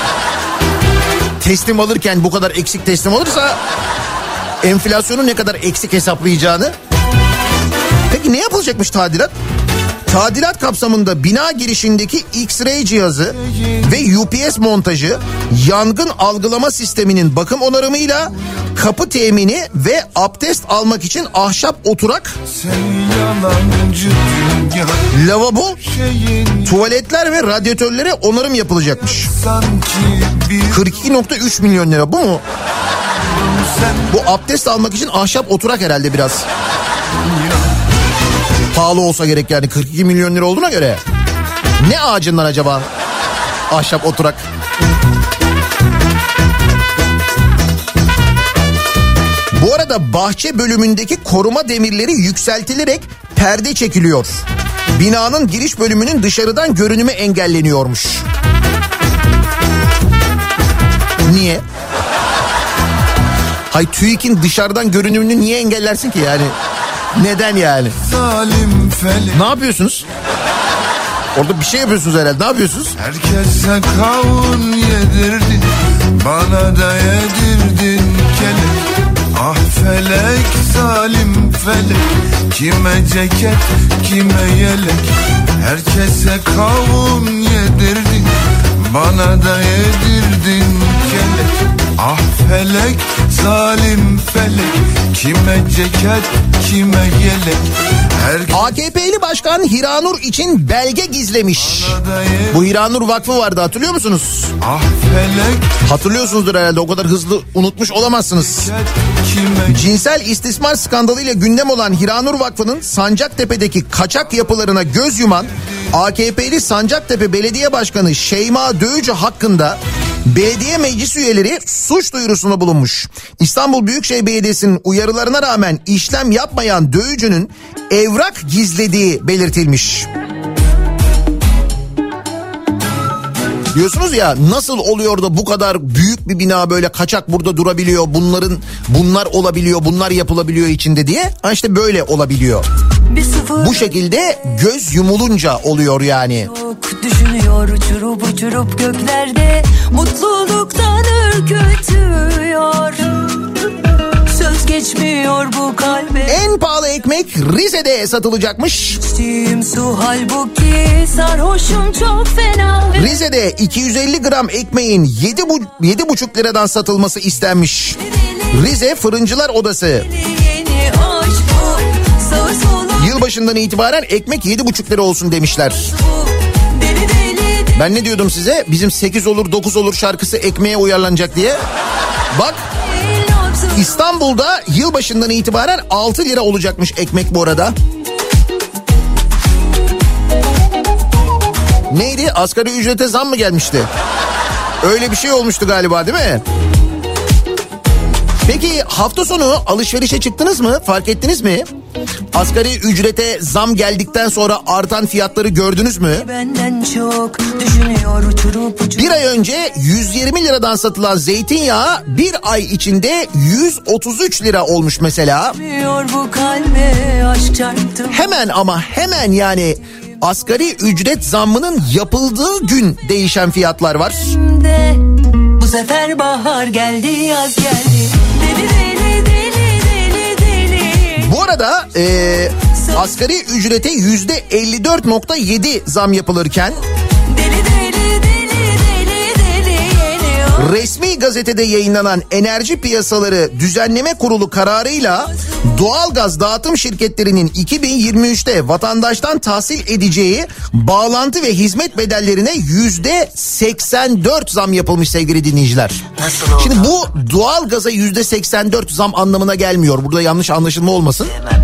teslim alırken bu kadar eksik teslim alırsa enflasyonu ne kadar eksik hesaplayacağını. Peki ne yapılacakmış tadilat? Tadilat kapsamında bina girişindeki X-ray cihazı ve U P S montajı, yangın algılama sisteminin bakım onarımıyla kapı temini ve abdest almak için ahşap oturak, lavabo, tuvaletler ve radyatörlere onarım yapılacakmış. kırk iki virgül üç milyon lira, bu mu? Bu abdest almak için ahşap oturak herhalde biraz pahalı olsa gerek yani, kırk iki milyon lira olduğuna göre. Ne ağacından acaba ahşap oturak? Bu arada bahçe bölümündeki koruma demirleri yükseltilerek perde çekiliyor. Binanın giriş bölümünün dışarıdan görünümü engelleniyormuş. Niye? Hay TÜİK'in dışarıdan görünümünü niye engellersin ki yani? Neden yani? Ne yapıyorsunuz? Orada bir şey yapıyorsunuz herhalde. Ne yapıyorsunuz? Herkese kavun yedirdin, bana da yedirdin kelek. Ah felek, zalim felek, kime ceket, kime yelek. Herkese kavun yedirdin, bana da yedirdin kelek. Ah felek, zalim felek, kime ceket kime yelek. Herkes... A K P'li başkan Hiranur için belge gizlemiş. Bu Hiranur Vakfı vardı, hatırlıyor musunuz? Ah felek. Hatırlıyorsunuzdur herhalde, o kadar hızlı unutmuş olamazsınız. Cinsel istismar skandalıyla gündem olan Hiranur Vakfı'nın Sancaktepe'deki kaçak yapılarına göz yuman A K P'li Sancaktepe Belediye Başkanı Şeyma Dövücü hakkında belediye meclis üyeleri suç duyurusunda bulunmuş. İstanbul Büyükşehir Belediyesi'nin uyarılarına rağmen işlem yapmayan Dövücü'nün evrak gizlediği belirtilmiş. Diyorsunuz ya, nasıl oluyor da bu kadar büyük bir bina böyle kaçak burada durabiliyor, bunların bunlar olabiliyor, bunlar yapılabiliyor içinde diye. Ha işte böyle olabiliyor. Bu şekilde göz yumulunca oluyor yani. Düşünüyor uçurup uçurup göklerde, mutluluktan ürkütüyor. Söz geçmiyor bu kalbe. En pahalı ekmek Rize'de satılacakmış. İçtiğim su halbuki sarhoşum çok fena. Rize'de iki yüz elli gram ekmeğin yedi buçuk liradan satılması istenmiş. Rize Fırıncılar Odası. Yılbaşından itibaren ekmek yedi buçuk lira olsun demişler. Ben ne diyordum size? Bizim sekiz olur dokuz olur şarkısı ekmeğe uyarlanacak diye. Bak, İstanbul'da yılbaşından itibaren altı lira olacakmış ekmek bu arada. Neydi? Asgari ücrete zam mı gelmişti? Öyle bir şey olmuştu galiba, değil mi? Peki hafta sonu alışverişe çıktınız mı? Fark ettiniz mi? Asgari ücrete zam geldikten sonra artan fiyatları gördünüz mü? Benden çok düşünüyor uçurup uçurup. Bir ay önce yüz yirmi liradan satılan zeytinyağı bir ay içinde yüz otuz üç lira olmuş mesela. Bu kalbe aşk çarptı. Hemen ama hemen yani asgari ücret zammının yapıldığı gün değişen fiyatlar var. Bu sefer bahar geldi, yaz geldi. Deli deli deli deli deli. Bu arada e, asgari ücrete yüzde elli dört nokta yedi zam yapılırken deli deli deli deli deli. resmi gazetede yayınlanan Enerji Piyasaları Düzenleme Kurulu kararıyla doğalgaz dağıtım şirketlerinin iki bin yirmi üçte vatandaştan tahsil edeceği bağlantı ve hizmet bedellerine yüzde seksen dört zam yapılmış sevgili dinleyiciler. Şimdi bu doğalgaza yüzde seksen dört zam anlamına gelmiyor. Burada yanlış anlaşılma olmasın.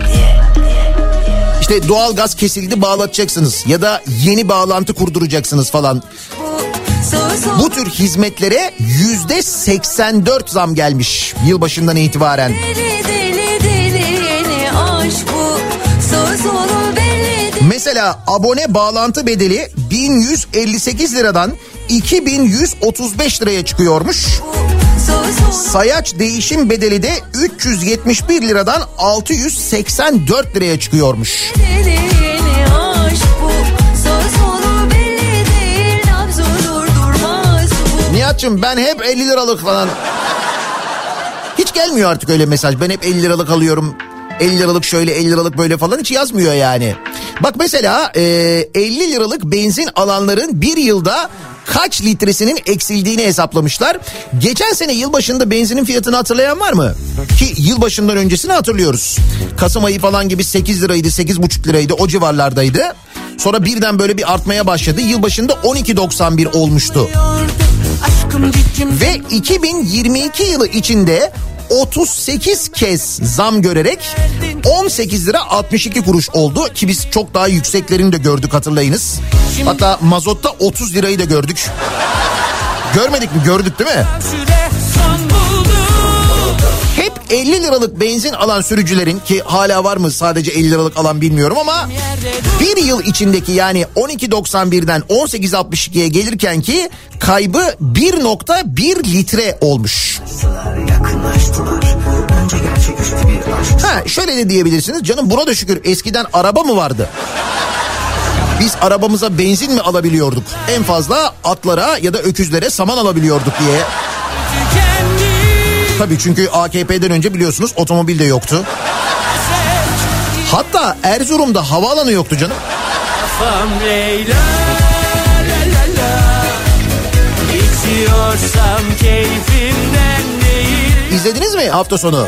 İşte doğalgaz kesildi, bağlatacaksınız ya da yeni bağlantı kurduracaksınız falan. Bu tür hizmetlere yüzde seksen dört zam gelmiş yılbaşından itibaren. Deli deli deli aşk bu. Söz olur belli. Mesela abone bağlantı bedeli bin yüz elli sekiz liradan iki bin yüz otuz beş liraya çıkıyormuş. Sayaç değişim bedeli de üç yüz yetmiş bir liradan altı yüz seksen dört liraya çıkıyormuş. Deli deli aşk bu. Söz olur belli değil. Nabzı durdurmaz bu. Nihat'cığım ben hep elli liralık falan. Hiç gelmiyor artık öyle mesaj. Ben hep elli liralık alıyorum. elli liralık şöyle, elli liralık böyle falan hiç yazmıyor yani. Bak mesela e, elli liralık benzin alanların bir yılda kaç litresinin eksildiğini hesaplamışlar. Geçen sene yılbaşında benzinin fiyatını hatırlayan var mı? Ki yılbaşından öncesini hatırlıyoruz. Kasım ayı falan gibi sekiz liraydı, sekiz buçuk liraydı, o civarlardaydı. Sonra birden böyle bir artmaya başladı. Yılbaşında on iki doksan bir olmuştu. Ve iki bin yirmi iki yılı içinde otuz sekiz kez zam görerek on sekiz lira altmış iki kuruş oldu ki biz çok daha yükseklerini de gördük, hatırlayınız. Hatta mazotta otuz lirayı da gördük. Görmedik mi? Gördük değil mi? Hep elli liralık benzin alan sürücülerin, ki hala var mı sadece elli liralık alan bilmiyorum ama bir yıl içindeki yani on iki doksan birden on sekiz altmış ikiye gelirken ki kaybı bir nokta bir litre olmuş. Ha şöyle de diyebilirsiniz, canım buna da şükür eskiden araba mı vardı? Biz arabamıza benzin mi alabiliyorduk? En fazla atlara ya da öküzlere saman alabiliyorduk diye. Tabii çünkü A K P'den önce biliyorsunuz otomobil de yoktu. Hatta Erzurum'da havaalanı yoktu canım. İzlediniz mi hafta sonu?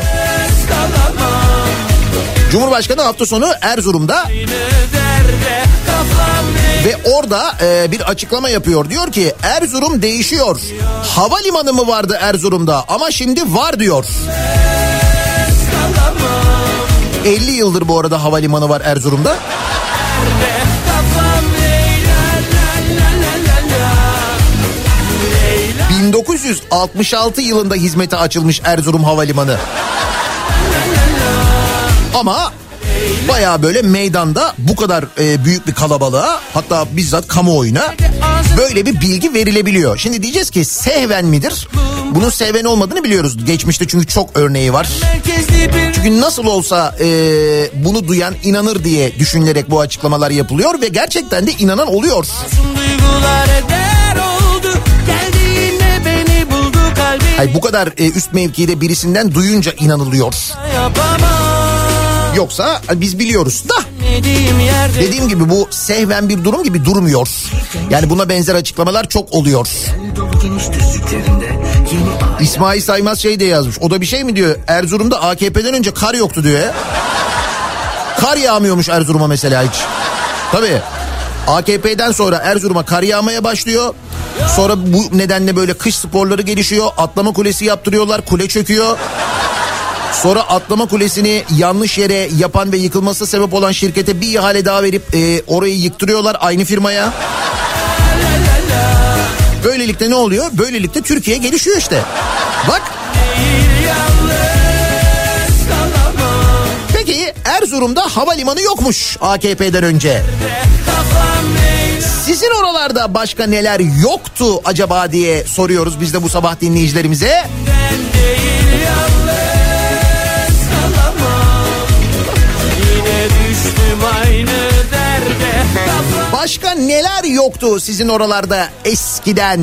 Cumhurbaşkanı hafta sonu Erzurum'da ve orada e, bir açıklama yapıyor. Diyor ki Erzurum değişiyor. Havalimanı mı vardı Erzurum'da ama şimdi var diyor. elli yıldır bu arada havalimanı var Erzurum'da. bin dokuz yüz altmış altı yılında hizmete açılmış Erzurum Havalimanı. Ama bayağı böyle meydanda bu kadar e, büyük bir kalabalığa, hatta bizzat kamuoyuna böyle bir bilgi verilebiliyor. Şimdi diyeceğiz ki sehven midir? Bunun sehven olmadığını biliyoruz. Geçmişte çünkü çok örneği var. Çünkü nasıl olsa e, bunu duyan inanır diye düşünülerek bu açıklamalar yapılıyor ve gerçekten de inanan oluyor. Hayır, bu kadar e, üst mevkide birisinden duyunca inanılıyor. Yoksa biz biliyoruz da dediğim gibi bu sehven bir durum gibi durmuyor. Yani buna benzer açıklamalar çok oluyor. İsmail Saymaz şey de yazmış. O da bir şey mi diyor? Erzurum'da A K P'den önce kar yoktu diyor ya. Kar yağmıyormuş Erzurum'a mesela hiç. Tabii. A K P'den sonra Erzurum'a kar yağmaya başlıyor. Sonra bu nedenle böyle kış sporları gelişiyor. Atlama kulesi yaptırıyorlar. Kule çöküyor. Sonra atlama kulesini yanlış yere yapan ve yıkılması sebep olan şirkete bir ihale daha verip e, orayı yıktırıyorlar aynı firmaya. Böylelikle ne oluyor? Böylelikle Türkiye gelişiyor işte. Bak. Peki Erzurum'da havalimanı yokmuş A K P'den önce. Sizin oralarda başka neler yoktu acaba diye soruyoruz biz de bu sabah dinleyicilerimize. Başka neler yoktu sizin oralarda eskiden?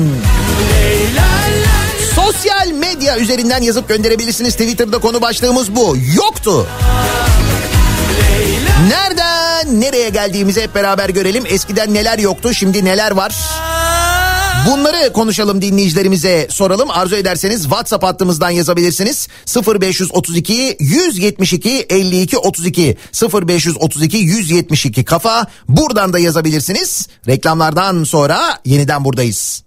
Sosyal medya üzerinden yazıp gönderebilirsiniz. Twitter'da konu başlığımız bu. Yoktu. Nereden nereye geldiğimizi hep beraber görelim. Eskiden neler yoktu, şimdi neler var? Bunları konuşalım, dinleyicilerimize soralım. Arzu ederseniz WhatsApp hattımızdan yazabilirsiniz. sıfır beş otuz iki yüz yetmiş iki elli iki otuz iki sıfır beş otuz iki yüz yetmiş iki kafa. Buradan da yazabilirsiniz. Reklamlardan sonra yeniden buradayız.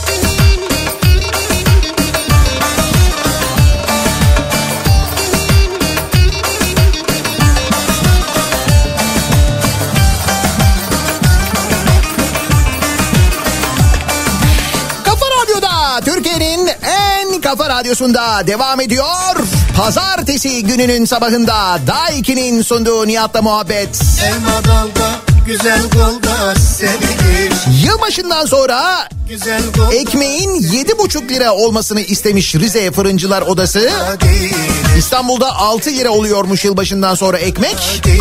Türkiye'nin en kafa radyosunda devam ediyor. Pazartesi gününün sabahında Daiki'nin sunduğu Nihat'la muhabbet. Elma dalda, güzel kolda sevilir. Yılbaşından sonra ekmeğin yedi buçuk lira olmasını istemiş Rize Fırıncılar Odası. İstanbul'da altı lira oluyormuş yılbaşından sonra ekmek.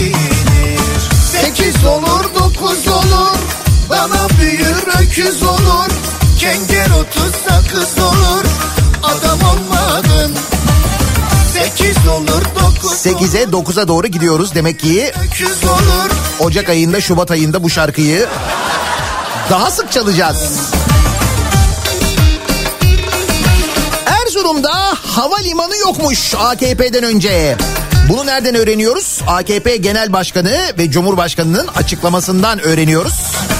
Sekiz olur, dokuz olur, bana büyür öküz olur. Kenger otuz sakız olur, adam olmadın. Sekiz olur, dokuz sekize dokuza doğru gidiyoruz demek ki. Olur. Ocak ayında, Şubat ayında bu şarkıyı daha sık çalacağız. Erzurum'da havalimanı yokmuş A K P'den önce. Bunu nereden öğreniyoruz? A K P Genel Başkanı ve Cumhurbaşkanı'nın açıklamasından öğreniyoruz.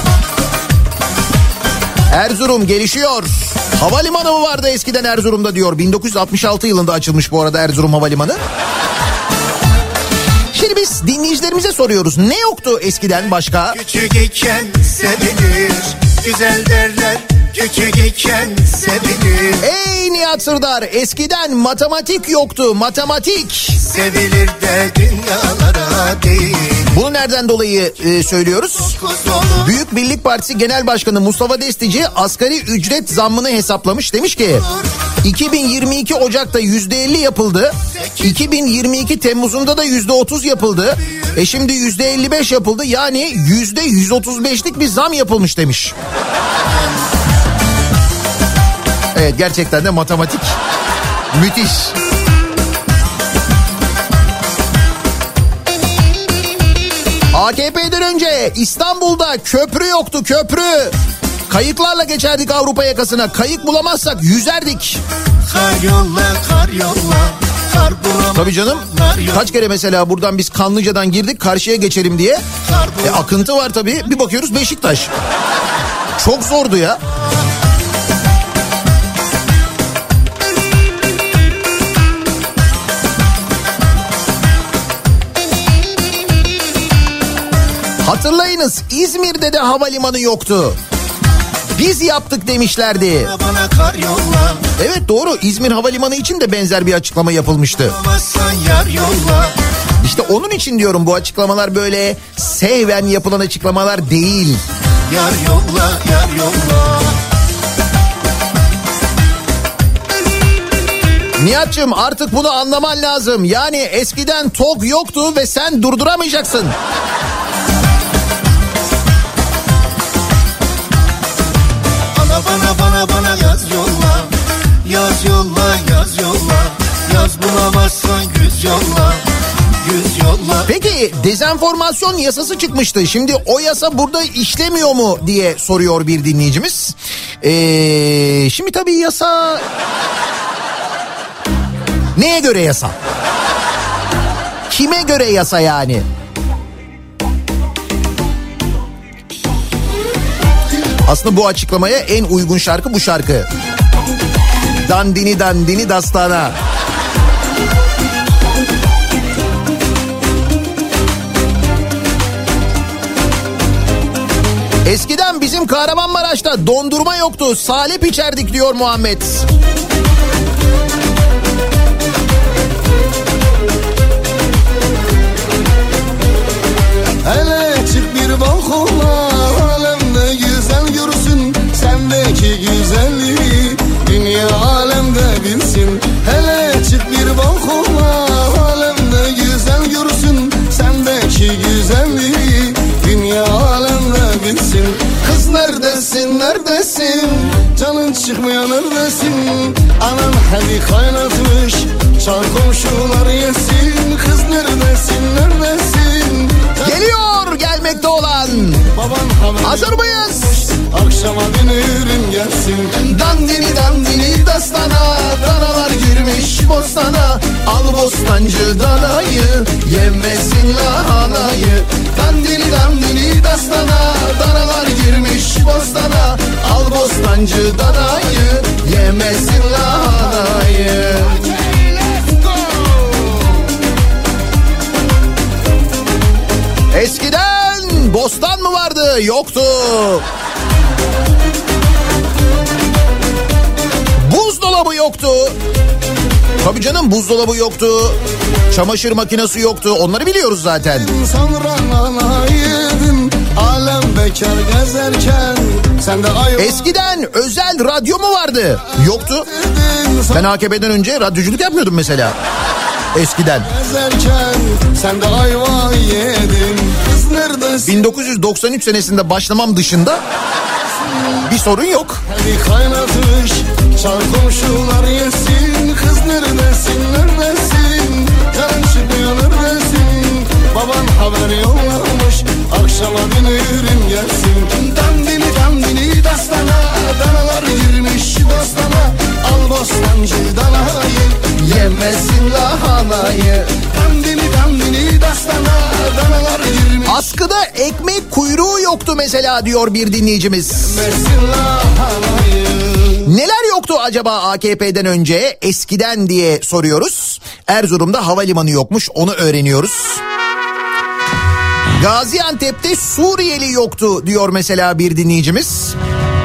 Erzurum gelişiyor. Havalimanı mı vardı eskiden Erzurum'da diyor. bin dokuz yüz altmış altı yılında açılmış bu arada Erzurum Havalimanı. Şimdi biz dinleyicilerimize soruyoruz. Ne yoktu eskiden başka? Küçük iken sevilir, güzel derler. Küçük iken sevilir. Ey Nihat Sırdar, eskiden matematik yoktu, matematik. Sevilir de dünyalara değil. Bunu nereden dolayı e, söylüyoruz? Büyük Birlik Partisi Genel Başkanı Mustafa Destici asgari ücret zammını hesaplamış. Demiş ki iki bin yirmi iki Ocak'ta yüzde elli yapıldı. iki bin yirmi iki Temmuz'unda da yüzde otuz yapıldı. E şimdi yüzde elli beş yapıldı. Yani yüzde yüz otuz beşlik bir zam yapılmış demiş. Evet, gerçekten de matematik müthiş. A K P'den önce İstanbul'da köprü yoktu, köprü. Kayıklarla geçerdik Avrupa yakasına. Kayık bulamazsak yüzerdik. Kar yolla, kar yolla, kar bulamam. Tabii canım. Kaç kere mesela buradan biz Kanlıca'dan girdik karşıya geçelim diye. E, akıntı var tabii. Bir bakıyoruz Beşiktaş. Çok zordu ya. Hatırlayınız, İzmir'de de havalimanı yoktu. Biz yaptık demişlerdi. Bana kar yolla. Evet doğru, İzmir Havalimanı için de benzer bir açıklama yapılmıştı. Yar yolla. İşte onun için diyorum, bu açıklamalar böyle sehven yapılan açıklamalar değil. Yar yolla, yar yolla. Nihat'cığım artık bunu anlaman lazım. Yani eskiden TOG yoktu ve sen durduramayacaksın. Bana bana bana bana yaz yolla. Yaz yolla, yaz yolla. Yaz bulamazsan güz yolla. Güz yolla. Peki dezenformasyon yasası çıkmıştı. Şimdi o yasa burada işlemiyor mu diye soruyor bir dinleyicimiz. Ee, şimdi tabii yasa... Neye göre yasa? Kime göre yasa yani? Aslında bu açıklamaya en uygun şarkı bu şarkı. Dandini dandini dastana. Eskiden bizim Kahramanmaraş'ta dondurma yoktu. Salep içerdik diyor Muhammed. Hele çık bir balkona, alemde güzel görsün. Sendeki güzelliği dünya alemde bilsin. Hele çık bir balkona, alemde güzel görsün. Sendeki güzelliği dünya alemde bilsin. Kız neredesin, neredesin? Canın çıkmıyor neredesin? Anan hadi kaynatmış, çar komşular yesin. Kız neredesin, neredesin? Geliyor gelmekte olan. Hazır mıyız? Akşama dönürüm gelsin. Dandini dandini dastana, danalar girmiş bostana. Al bostancı danayı, yemesin lahanayı. Dandini dandini dastana, danalar girmiş bostana. Al bostancı danayı, yemesin lahanayı. Eskiden bostan mı vardı? Yoktu. Buzdolabı yoktu. Tabii canım, buzdolabı yoktu. Çamaşır makinesi yoktu. Onları biliyoruz zaten. Alem bekar gezerken sen de eskiden özel radyo mu vardı? Yoktu. Ben A K P'den önce radyoculuk yapmıyordum mesela. Eskiden. Sen de ayva yedin. Kız neredesin? bin dokuz yüz doksan üç senesinde başlamam dışında bir sorun yok. Hadi kaynatmış, çar komşular yesin. Kız neredesin, neredesin? Canın çıkmıyor neredesin? Baban haber yollamış, akşama dönürüm gelsin. Dandini dandini dastana, danalar girmiş bostana. Al bostancı danayı, yemesin lahanayı. Dandini dandini dastana, danalar girmiş. Askıda ekmek kuyruğu yoktu mesela diyor bir dinleyicimiz. Yemesin lahanayı. Neler yoktu acaba A K P'den önce, eskiden diye soruyoruz. Erzurum'da havalimanı yokmuş, onu öğreniyoruz. Gaziantep'te Suriyeli yoktu diyor mesela bir dinleyicimiz.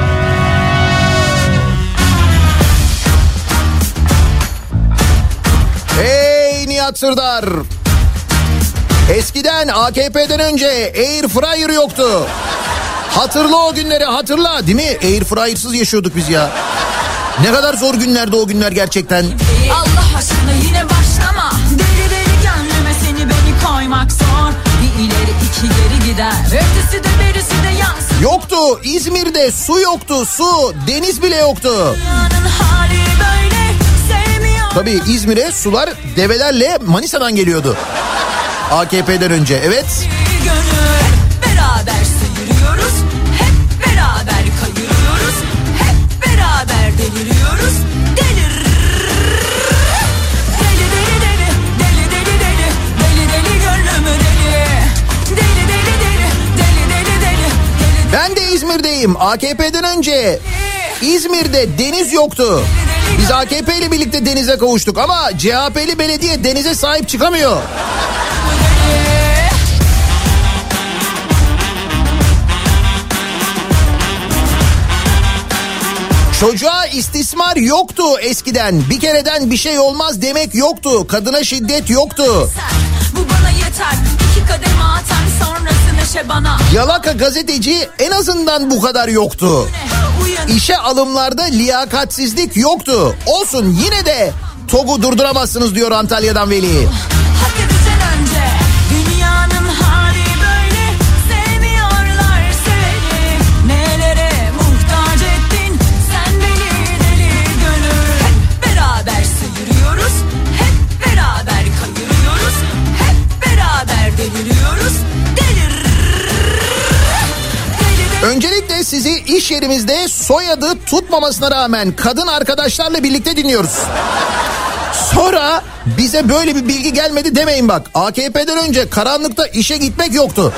Hey Nihat Sırdar. Eskiden A K P'den önce air fryer yoktu. Hatırla o günleri, hatırla, değil mi? Air fryer'sız yaşıyorduk biz ya. Ne kadar zor günlerdi o günler gerçekten. Allah aşkına yine başlama. Deli deli gönlüme seni beni koymak zor. Bir ileri iki geri gider. Ötesi de berisi de yansın. Yoktu. İzmir'de su yoktu. Su. Deniz bile yoktu. Tabii İzmir'e sular develerle Manisa'dan geliyordu. A K P'den önce. Evet. Hep beraber sıyırıyoruz. Hep beraber kayıyoruz. İzmir'deyim. A K P'den önce İzmir'de deniz yoktu. Biz A K P ile birlikte denize kavuştuk ama C H P'li belediye denize sahip çıkamıyor. Çocuğa istismar yoktu eskiden. Bir kereden bir şey olmaz demek yoktu. Kadına şiddet yoktu. Bu bana yeter. İki kademe atar sonrası neşe bana. Yalaka gazeteci en azından bu kadar yoktu. İşe alımlarda liyakatsizlik yoktu. Olsun yine de TOG'u durduramazsınız diyor Antalya'dan Veli. Hak edeceksin önce. Dünyanın hali böyle. Sevmiyorlar seni. Nelere muhtaç ettin sen beni deli gönül. Hep beraber sıyırıyoruz. Hep beraber kayırıyoruz. Hep beraber deliriyoruz. Delir. Öncelikle sizi iş yerimizde soyadı tutmamasına rağmen kadın arkadaşlarla birlikte dinliyoruz. Sonra bize böyle bir bilgi gelmedi demeyin bak. A K P'den önce karanlıkta işe gitmek yoktu.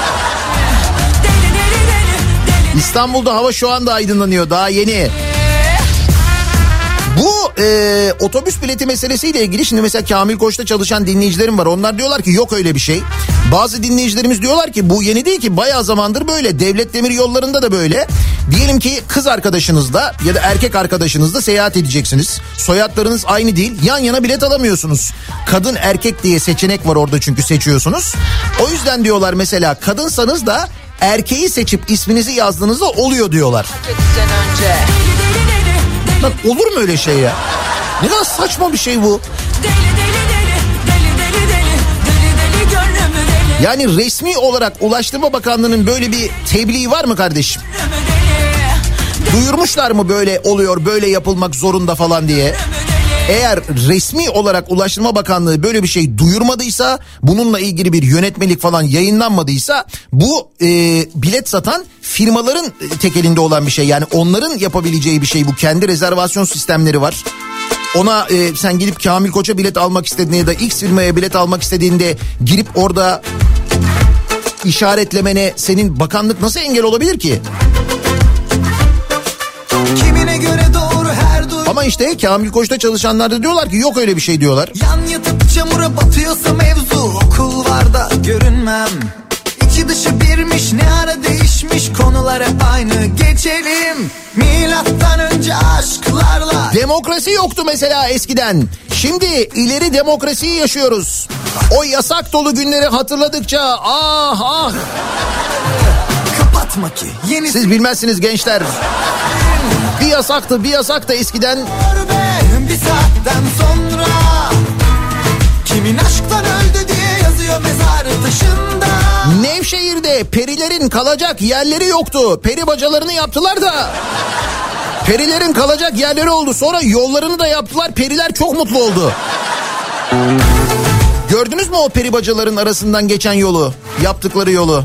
İstanbul'da hava şu anda aydınlanıyor, daha yeni. Bu e, otobüs bileti meselesiyle ilgili şimdi mesela Kamil Koç'ta çalışan dinleyicilerim var. Onlar diyorlar ki yok öyle bir şey. Bazı dinleyicilerimiz diyorlar ki bu yeni değil ki, bayağı zamandır böyle. Devlet Demir Yolları'nda da böyle. Diyelim ki kız arkadaşınızla ya da erkek arkadaşınızla seyahat edeceksiniz. Soyadlarınız aynı değil. Yan yana bilet alamıyorsunuz. Kadın erkek diye seçenek var orada çünkü seçiyorsunuz. O yüzden diyorlar mesela kadınsanız da erkeği seçip isminizi yazdığınızda oluyor diyorlar. Önce. Bak olur mu öyle şey ya? Ne kadar saçma bir şey bu. Yani resmi olarak Ulaştırma Bakanlığı'nın böyle bir tebliği var mı kardeşim? Duyurmuşlar mı böyle oluyor, böyle yapılmak zorunda falan diye? Eğer resmi olarak Ulaştırma Bakanlığı böyle bir şey duyurmadıysa, bununla ilgili bir yönetmelik falan yayınlanmadıysa bu e, bilet satan firmaların tek elinde olan bir şey. Yani onların yapabileceği bir şey bu. Kendi rezervasyon sistemleri var. Ona e, sen gidip Kamil Koç'a bilet almak istediğinde ya da X firmaya bilet almak istediğinde girip orada işaretlemene senin bakanlık nasıl engel olabilir ki? Kimine göre doğru her dur. Ama işte Kamil Koç'ta çalışanlar da diyorlar ki yok öyle bir şey diyorlar. Yan yatıp çamura batıyorsa mevzu, okul var da görünmem. İçi dışı birmiş, ne ara değişmiş, konular hep aynı. Geçelim milattan önce aşklarla. Demokrasi yoktu mesela eskiden. Şimdi ileri demokrasiyi yaşıyoruz. O yasak dolu günleri hatırladıkça ah ah. Kapatma ki yeni. Siz bilmezsiniz gençler. Bir yasaktı bir yasaktı eskiden. Bir saatten sonra kimin aşktan öldü diye yazıyor mezarı taşında. Nevşehir'de perilerin kalacak yerleri yoktu. Peri bacalarını yaptılar da perilerin kalacak yerleri oldu. Sonra yollarını da yaptılar. Periler çok mutlu oldu. Gördünüz mü o peri bacaların arasından geçen yolu? Yaptıkları yolu.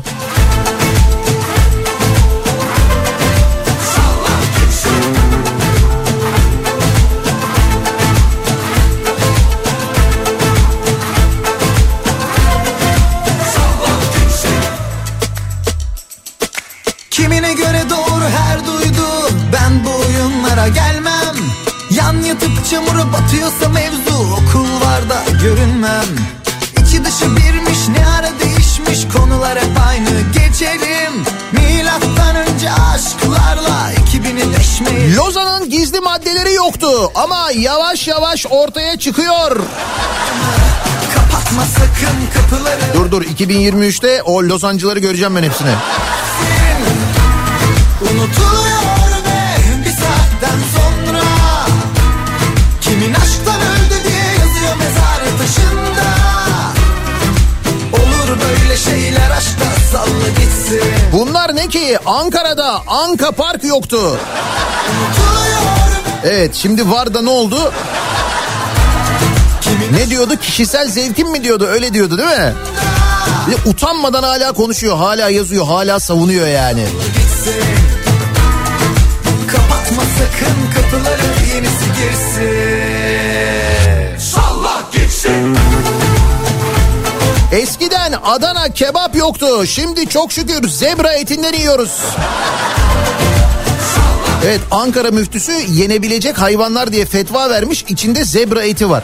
Kimine göre doğru her duydu. Ben bu oyunlara gelmem. Yan yatıp çamura batıyorsa mevzu, okul var da görünmem. İçi dışı birmiş, ne ara değişmiş, konular hep aynı. Geçelim milattan önce aşklarla iki bini deşmeyi. Lozan'ın gizli maddeleri yoktu ama yavaş yavaş ortaya çıkıyor. Kapatma sakın kapıları. Dur dur iki bin yirmi üçte o Lozancıları göreceğim ben hepsini. Unutuluyor be bir saatten sonra. Kimin aşktan öldü diye yazıyor mezarı taşında. Olur böyle şeyler, aşkta salla gitsin. Bunlar ne ki? Ankara'da Anka Park yoktu. Unutuluyor be. Evet şimdi var da ne oldu? Kimin Ne diyordu? Kişisel zevkim mi diyordu? Öyle diyordu değil mi? Bir de utanmadan hala konuşuyor, hala yazıyor, hala savunuyor yani. gitsin. Kapatma sakın kapıları, yenisi girsin. Salla gitsin. Eskiden Adana kebap yoktu. Şimdi çok şükür zebra etinden yiyoruz. Evet, Ankara müftüsü yenebilecek hayvanlar diye fetva vermiş. İçinde zebra eti var.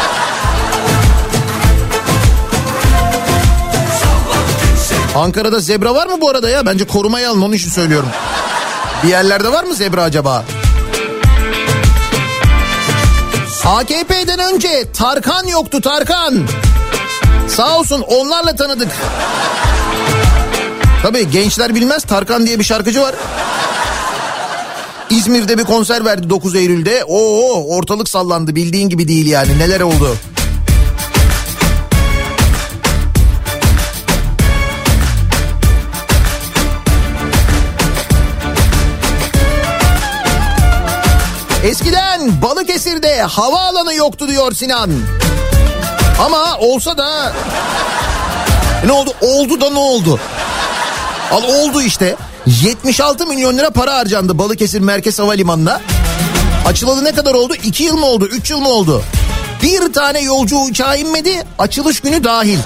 Ankara'da zebra var mı bu arada ya? Bence korumaya alın, onun için söylüyorum. Bir yerlerde var mı zebra acaba? A K P'den önce Tarkan yoktu, Tarkan. Sağ olsun onlarla tanıdık. Tabii gençler bilmez, Tarkan diye bir şarkıcı var. İzmir'de bir konser verdi dokuz Eylül'de. Oo, ortalık sallandı, bildiğin gibi değil yani, neler oldu. Eskiden Balıkesir'de havaalanı yoktu diyor Sinan. Ama olsa da ne oldu? Oldu da ne oldu? Al oldu işte. yetmiş altı milyon lira para harcandı Balıkesir Merkez Havalimanı'na. Açılalı ne kadar oldu? iki yıl mı oldu? üç yıl mı oldu? Bir tane yolcu uçağa inmedi, açılış günü dahil.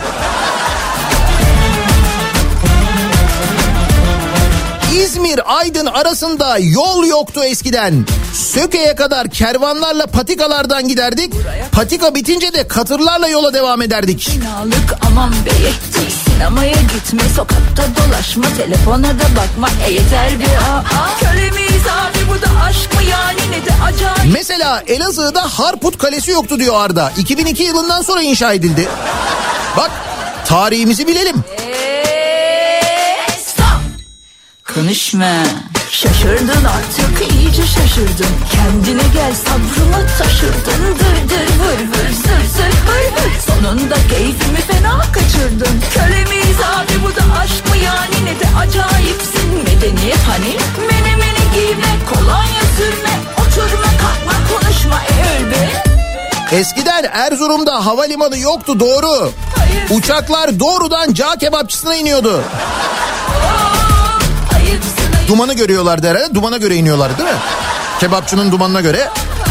İzmir-Aydın arasında yol yoktu eskiden. Söke'ye kadar kervanlarla patikalardan giderdik. Patika bitince de katırlarla yola devam ederdik. Binalık aman be yetti. Sinemaya gitme, sokakta dolaşma, telefona da bakma, e yeter bir aa. Köle miyiz abi, bu da aşk mı yani, ne de acayip. Mesela Elazığ'da Harput Kalesi yoktu diyor Arda. iki bin iki yılından sonra inşa edildi. Bak, tarihimizi bilelim. Konuşma. Şaşırdın artık, iyice şaşırdın. Kendine gel, sabrımı taşırdın. Dır dır vır vır, zır zır vır vır. Sonunda keyfimi fena kaçırdın. Köle miyiz abi, bu da aşk mı yani, ne de acayipsin. Medeniyet hani, meni meni giyme, kolonya sürme, oturma kalkma konuşma, e öl be. Eskiden Erzurum'da havalimanı yoktu, doğru. Hayır. Uçaklar doğrudan cağ kebapçısına iniyordu. Dumanı görüyorlardı herhalde. Dumana göre iniyorlar değil mi? Kebapçının dumanına göre.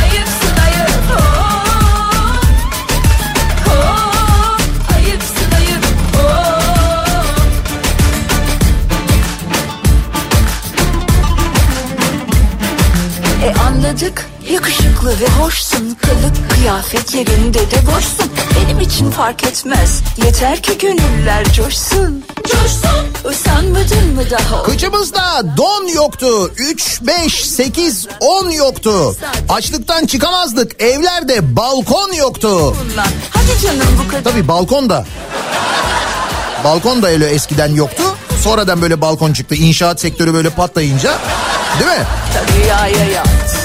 E anladık, yakışıklı ve hoşsun. Kılık kıyafetlerinde de boşsun. Benim için fark etmez, yeter ki gönüller coşsun. Coşsun. Usanmadın mı daha? Kıçımızda don yoktu. üç, beş, sekiz, on yoktu. Açlıktan çıkamazdık. Evlerde balkon yoktu. Hadi canım bu kadar. Tabii balkon da. Balkon da öyle eskiden yoktu. Sonradan böyle balkon çıktı. İnşaat sektörü böyle patlayınca. Değil mi? Tabii ya ya ya.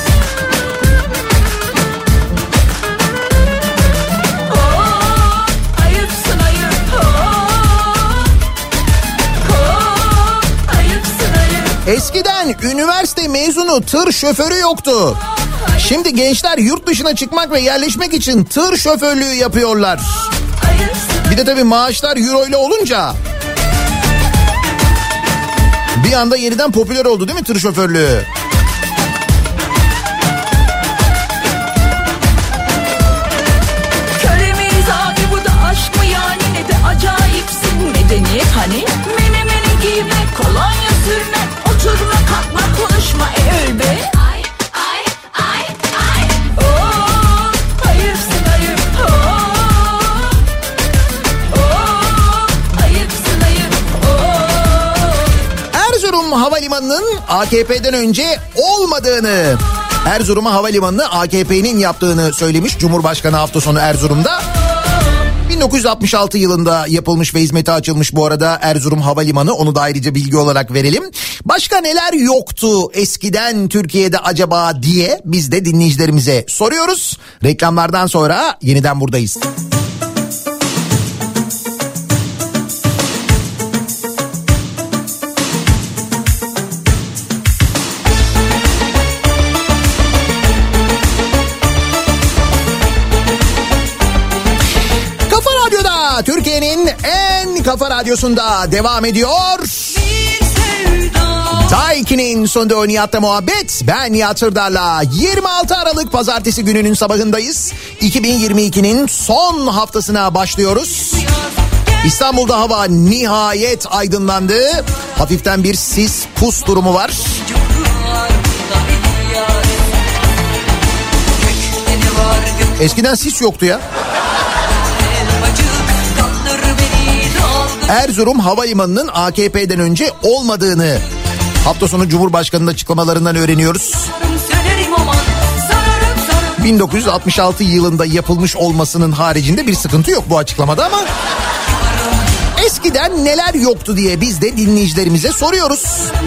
Eskiden üniversite mezunu tır şoförü yoktu. Şimdi gençler yurt dışına çıkmak ve yerleşmek için tır şoförlüğü yapıyorlar. Bir de tabii maaşlar euro ile olunca bir anda yeniden popüler oldu değil mi tır şoförlüğü? Köle miyiz abi, bu da aşk mı yani, ne de acayipsin. Medeniyet hani, meni meni giyme, kolonya sürme, oturma kalkma konuşma, e öl be. Ay ay ay ay. Oo, ayıpsın ayıp. Oo, oo, ayıpsın ayıp. Oo. Erzurum Havalimanı'nın A K P'den önce olmadığını, Erzurum'a havalimanını A K P'nin yaptığını söylemiş Cumhurbaşkanı hafta sonu Erzurum'da. bin dokuz yüz altmış altı yılında yapılmış ve hizmete açılmış bu arada Erzurum Havalimanı, onu da ayrıca bilgi olarak verelim. Başka neler yoktu eskiden Türkiye'de acaba diye biz de dinleyicilerimize soruyoruz. Reklamlardan sonra yeniden buradayız. Türkiye'nin en kafa radyosunda devam ediyor. Daiki'nin sonunda Nihat'la muhabbet. Ben Nihat Sırdar'la yirmi altı Aralık Pazartesi gününün sabahındayız. iki bin yirmi ikinin son haftasına başlıyoruz. İstanbul'da hava nihayet aydınlandı. Hafiften bir sis pus durumu var. Eskiden sis yoktu ya. Erzurum Havalimanı'nın A K P'den önce olmadığını hafta sonu Cumhurbaşkanı'nın açıklamalarından öğreniyoruz. bin dokuz yüz altmış altı yılında yapılmış olmasının haricinde bir sıkıntı yok bu açıklamada ama eskiden neler yoktu diye biz de dinleyicilerimize soruyoruz.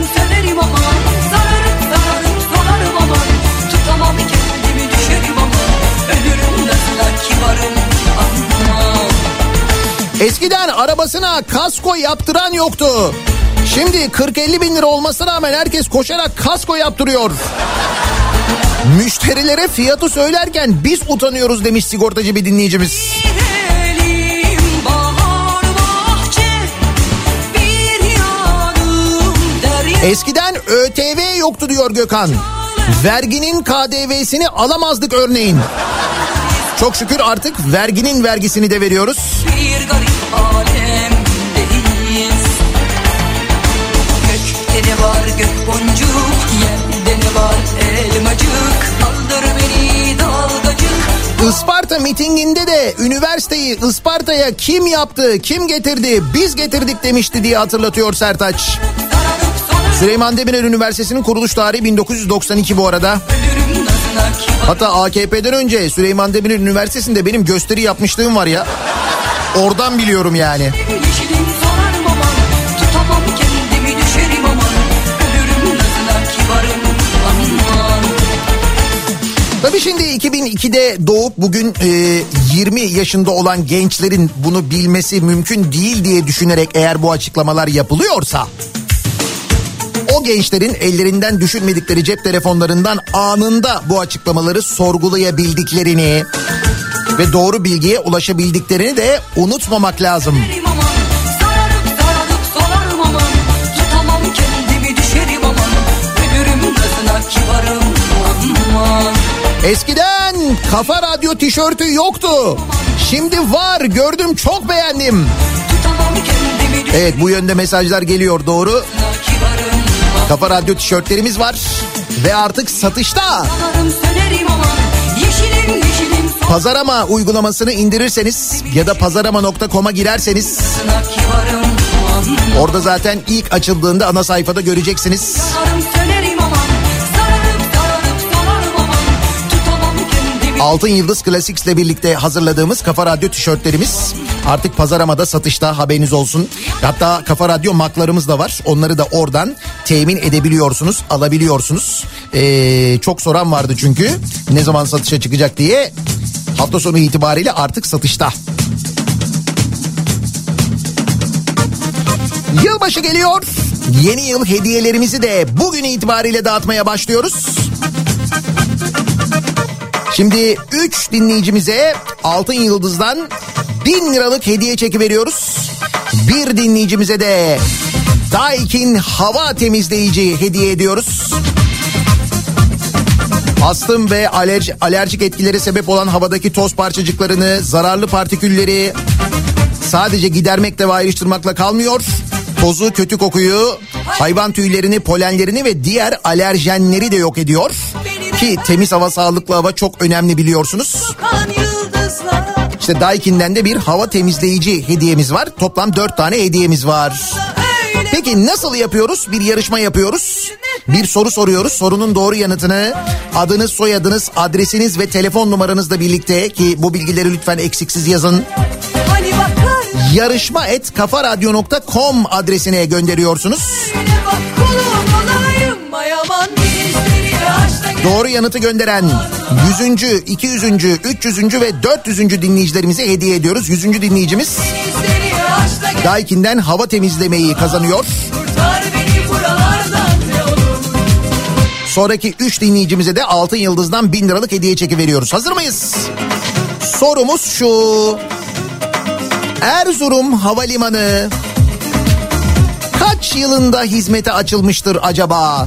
Eskiden arabasına kasko yaptıran yoktu. Şimdi kırk elli bin lira olmasına rağmen herkes koşarak kasko yaptırıyor. Müşterilere fiyatı söylerken biz utanıyoruz demiş sigortacı bir dinleyicimiz. Eskiden Ö T V yoktu diyor Gökhan. Verginin K D V'sini alamazdık örneğin. Çok şükür artık verginin vergisini de veriyoruz. Bir garip alemdeyiz. Gökte ne var gök boncuk, yerde ne var elmacık, kaldır beni dalgacık. Isparta mitinginde de üniversiteyi Isparta'ya kim yaptı, kim getirdi, biz getirdik demişti diye hatırlatıyor Sertaç. Süleyman Demirel Üniversitesi'nin kuruluş tarihi bin dokuz yüz doksan iki bu arada. Hatta A K P'den önce Süleyman Demirel Üniversitesi'nde benim gösteri yapmışlığım var ya. Oradan biliyorum yani. Tabii şimdi iki bin ikide doğup bugün e, yirmi yaşında olan gençlerin bunu bilmesi mümkün değil diye düşünerek eğer bu açıklamalar yapılıyorsa, o gençlerin ellerinden düşürmedikleri cep telefonlarından anında bu açıklamaları sorgulayabildiklerini ve doğru bilgiye ulaşabildiklerini de unutmamak lazım. Eskiden Kafa Radyo tişörtü yoktu. Şimdi var, gördüm, çok beğendim. Evet, bu yönde mesajlar geliyor, doğru. Kafa Radyo tişörtlerimiz var ve artık satışta. Pazarama uygulamasını indirirseniz ya da pazarama nokta com'a girerseniz orada zaten ilk açıldığında ana sayfada göreceksiniz. Altın Yıldız Classics'le birlikte hazırladığımız Kafa Radyo tişörtlerimiz artık Pazarama'da satışta, haberiniz olsun. Hatta Kafa Radyo maklarımız da var. Onları da oradan temin edebiliyorsunuz, alabiliyorsunuz. Ee, çok soran vardı çünkü ne zaman satışa çıkacak diye. Hafta sonu itibariyle artık satışta. Yılbaşı geliyor. Yeni yıl hediyelerimizi de bugün itibariyle dağıtmaya başlıyoruz. Şimdi üç dinleyicimize Altın Yıldız'dan bin liralık hediye çeki veriyoruz. Bir dinleyicimize de Daikin hava temizleyici hediye ediyoruz. Astım ve alerji, alerjik etkileri sebep olan havadaki toz parçacıklarını, zararlı partikülleri sadece gidermekle ve ayrıştırmakla kalmıyor. Tozu, kötü kokuyu, hayvan tüylerini, polenlerini ve diğer alerjenleri de yok ediyor. Ki temiz hava, sağlıklı hava çok önemli biliyorsunuz. İşte Daikin'den de bir hava temizleyici hediyemiz var. Toplam dört tane hediyemiz var. Peki nasıl yapıyoruz? Bir yarışma yapıyoruz. Bir soru soruyoruz. Sorunun doğru yanıtını adınız, soyadınız, adresiniz ve telefon numaranızla birlikte, ki bu bilgileri lütfen eksiksiz yazın, yarışma et kafaradyo nokta com adresine gönderiyorsunuz. Doğru yanıtı gönderen yüzüncü, iki yüzüncü, üç yüzüncü ve dört yüzüncü dinleyicilerimize hediye ediyoruz. yüzüncü dinleyicimiz Daikin'den hava temizlemeyi kazanıyor. Sonraki üç dinleyicimize de Altın Yıldız'dan bin liralık hediye çeki veriyoruz. Hazır mıyız? Sorumuz şu: Erzurum Havalimanı kaç yılında hizmete açılmıştır acaba?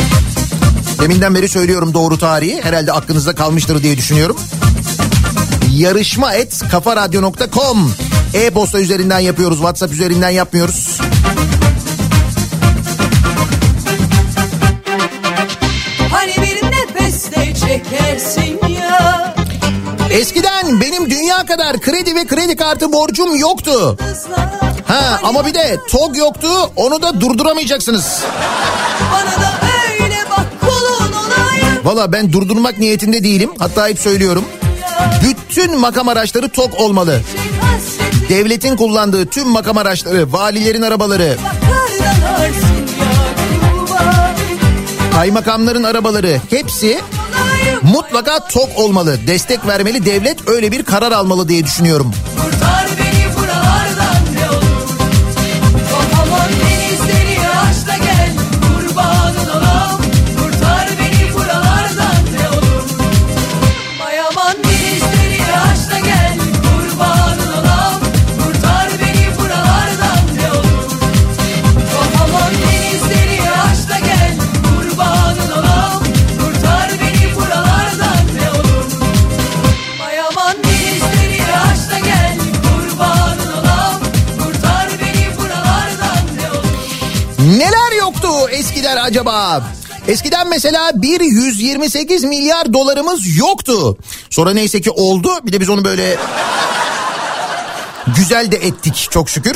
Deminden beri söylüyorum doğru tarihi. Herhalde aklınızda kalmıştır diye düşünüyorum. yarışma et kafaradyo nokta com. E-posta üzerinden yapıyoruz, WhatsApp üzerinden yapmıyoruz. Hani bir nefeste çekersin ya. Eskiden benim dünya kadar kredi ve kredi kartı borcum yoktu. Ha ama bir de T O G yoktu, onu da durduramayacaksınız. Bana da öyle bak kulun olayım. Valla ben durdurmak niyetinde değilim. Hatta hep söylüyorum. Bütün makam araçları T O G olmalı. Devletin kullandığı tüm makam araçları, valilerin arabaları, kaymakamların arabaları hepsi mutlaka T O G olmalı. Destek vermeli devlet, öyle bir karar almalı diye düşünüyorum. Kurtar beni buralardan ne olur. Kafamın denizleri aç da gel. Kurbanın olam. Kurtar beni buralardan ne olur. Mayaman denizleri aç da gel. Kurbanın olam. Kurtar beni buralardan ne olur. Kafamın denizleri aç da gel. Kurbanın olam. Kurtar beni buralardan ne olur. Mayaman denizleri aç da gel. Kurbanın olam. Kurtar beni buralardan ne olur. Neler yoktu eskiden acaba? Eskiden mesela bir yüz yirmi sekiz milyar dolarımız yoktu. Sonra neyse ki oldu. Bir de biz onu böyle güzel de ettik çok şükür.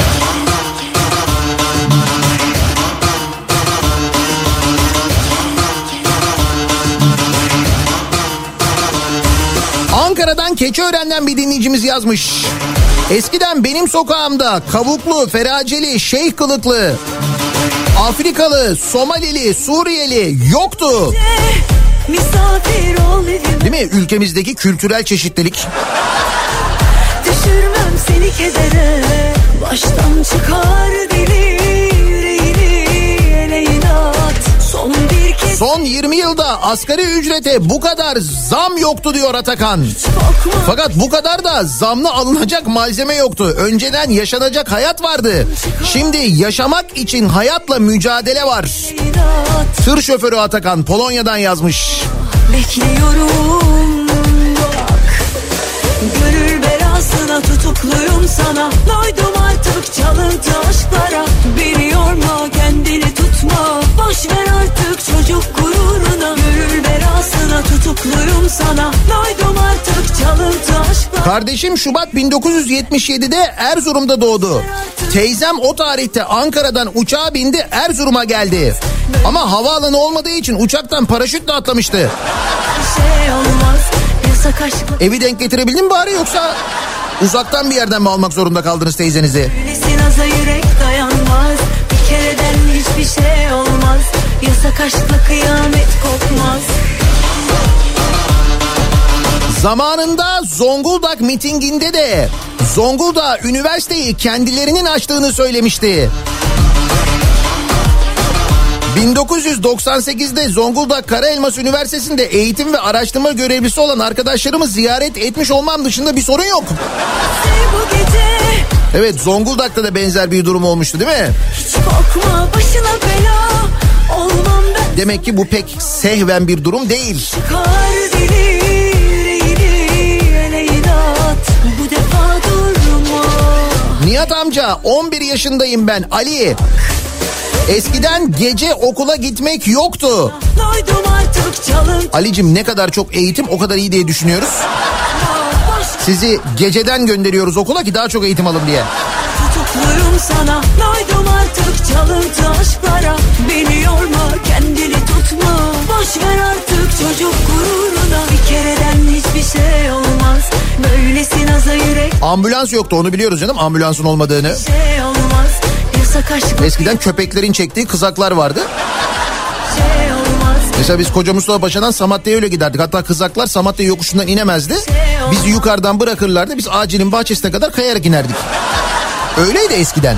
Ankara'dan Keçiören'den bir dinleyicimiz yazmış. Eskiden benim sokağımda kavuklu, feraceli, şeyh kılıklı, Afrikalı, Somalili, Suriyeli yoktu. Misafir ol evime. Değil mi? Ülkemizdeki kültürel çeşitlilik. Düşürmem seni kedere. Baştan çıkar deli yüreğini eleğine at. Son bir kez Son yirmi yılda asgari ücrete bu kadar zam yoktu diyor Atakan. korkma. Fakat bu kadar da zamlı alınacak malzeme yoktu. Önceden yaşanacak hayat vardı. Şimdi yaşamak için hayatla mücadele var. Eleğine at. Tır şoförü Atakan Polonya'dan yazmış. Bekliyorum bak. Gönül belasına tutukluyum sana. Doydum artık çalıntı aşklara. Beni yorma kendini tutma. Boş ver artık çocuk gururuna. Gönül belasına tutukluyum sana. Doydum artık çalıntı aşklara. Kardeşim Şubat bin dokuz yüz yetmiş yedide Erzurum'da doğdu. Teyzem o tarihte Ankara'dan uçağa bindi, Erzurum'a geldi. Ama havaalanı olmadığı için uçaktan paraşütle atlamıştı. Bir şey olmaz. Yasak aşkla. Evi denk getirebildin mi bari, yoksa uzaktan bir yerden mi almak zorunda kaldınız teyzenizi? Öylesin aza yürek dayanmaz. Bir kereden hiçbir şey olmaz. Yasak aşkla kıyamet kopmaz. Zamanında Zonguldak mitinginde de Zonguldak üniversiteyi kendilerinin açtığını söylemişti. bin dokuz yüz doksan sekizde Zonguldak Karaelmas Üniversitesi'nde eğitim ve araştırma görevlisi olan arkadaşlarımı ziyaret etmiş olmam dışında bir sorun yok. Bu gece Evet, Zonguldak'ta da benzer bir durum olmuştu değil mi? hiç korkma, başına bela olmam ben. Demek ki bu pek sehven bir durum değil. Çıkar deli yüreğini eleğine at. Bu defa durma. Nihat amca, on bir yaşındayım ben, Ali. Eskiden gece okula gitmek yoktu. Doydum artık çalıntı. Alicim, ne kadar çok eğitim o kadar iyi diye düşünüyoruz. Başka Sizi geceden gönderiyoruz okula ki daha çok eğitim alın diye. tutukluyum sana. Doydum artık çalıntı aşklara. Beni yorma kendini tutma. Boş ver artık çocuk gururuna. Bir kereden hiçbir şey olmaz. Böylesin aza yürek Ambulans yoktu, onu biliyoruz canım, ambulansın olmadığını. şey olmaz. Yasak aşkla Eskiden köpeklerin çektiği kızaklar vardı. şey olmaz. Mesela biz Koca Mustafa Paşa'dan Samatya'ya öyle giderdik. Hatta kızaklar Samatya yokuşundan inemezdi. Bizi yukarıdan bırakırlardı. Biz ağacının bahçesine kadar kayarak inerdik. Öyleydi eskiden.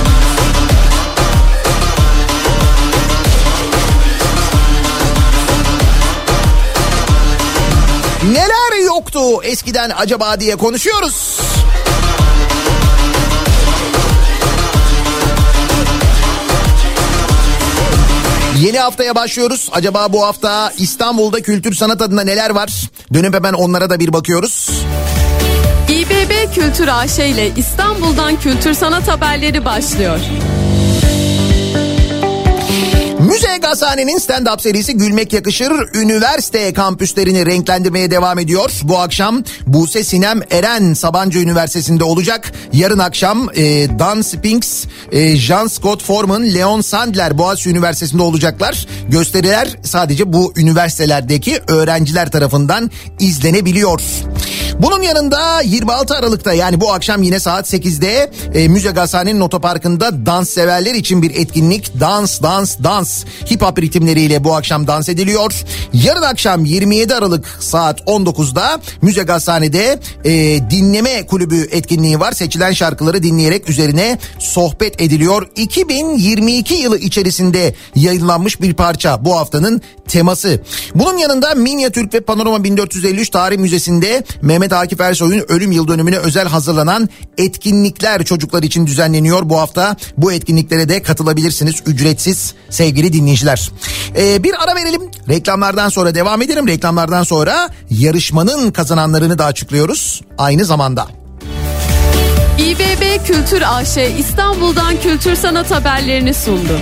Neler yoktu eskiden acaba diye konuşuyoruz. Yeni haftaya başlıyoruz. Acaba bu hafta İstanbul'da kültür sanat adına neler var? Dönüp hemen onlara da bir bakıyoruz. İ B B Kültür A Ş ile İstanbul'dan kültür sanat haberleri başlıyor. Müze Gazhane'nin stand-up serisi Gülmek Yakışır üniversite kampüslerini renklendirmeye devam ediyor. Bu akşam Buse Sinem Eren Sabancı Üniversitesi'nde olacak. Yarın akşam e, Dan Spinks, e, Jean Scott Forman, Leon Sandler Boğaziçi Üniversitesi'nde olacaklar. Gösteriler sadece bu üniversitelerdeki öğrenciler tarafından izlenebiliyor. Bunun yanında yirmi altı Aralık'ta yani bu akşam yine saat sekizde e, Müze Gazhane'nin otoparkında dans severler için bir etkinlik. Dans, dans, dans. Hip hop ritimleriyle bu akşam dans ediliyor. Yarın akşam yirmi yedi Aralık saat on dokuzda Müze Gazhane'de e, dinleme kulübü etkinliği var. Seçilen şarkıları dinleyerek üzerine sohbet ediliyor. iki bin yirmi iki yılı içerisinde yayınlanmış bir parça bu haftanın teması. Bunun yanında Minyatürk ve Panorama bin dört yüz elli üç Tarih Müzesi'nde Mehmet Akif Ersoy'un ölüm yıl dönümüne özel hazırlanan etkinlikler çocuklar için düzenleniyor. Bu hafta bu etkinliklere de katılabilirsiniz ücretsiz sevgili dinleyiciler. Ee, bir ara verelim. Reklamlardan sonra devam edelim. Reklamlardan sonra yarışmanın kazananlarını da açıklıyoruz aynı zamanda. İ B B Kültür A Ş İstanbul'dan kültür sanat haberlerini sundu.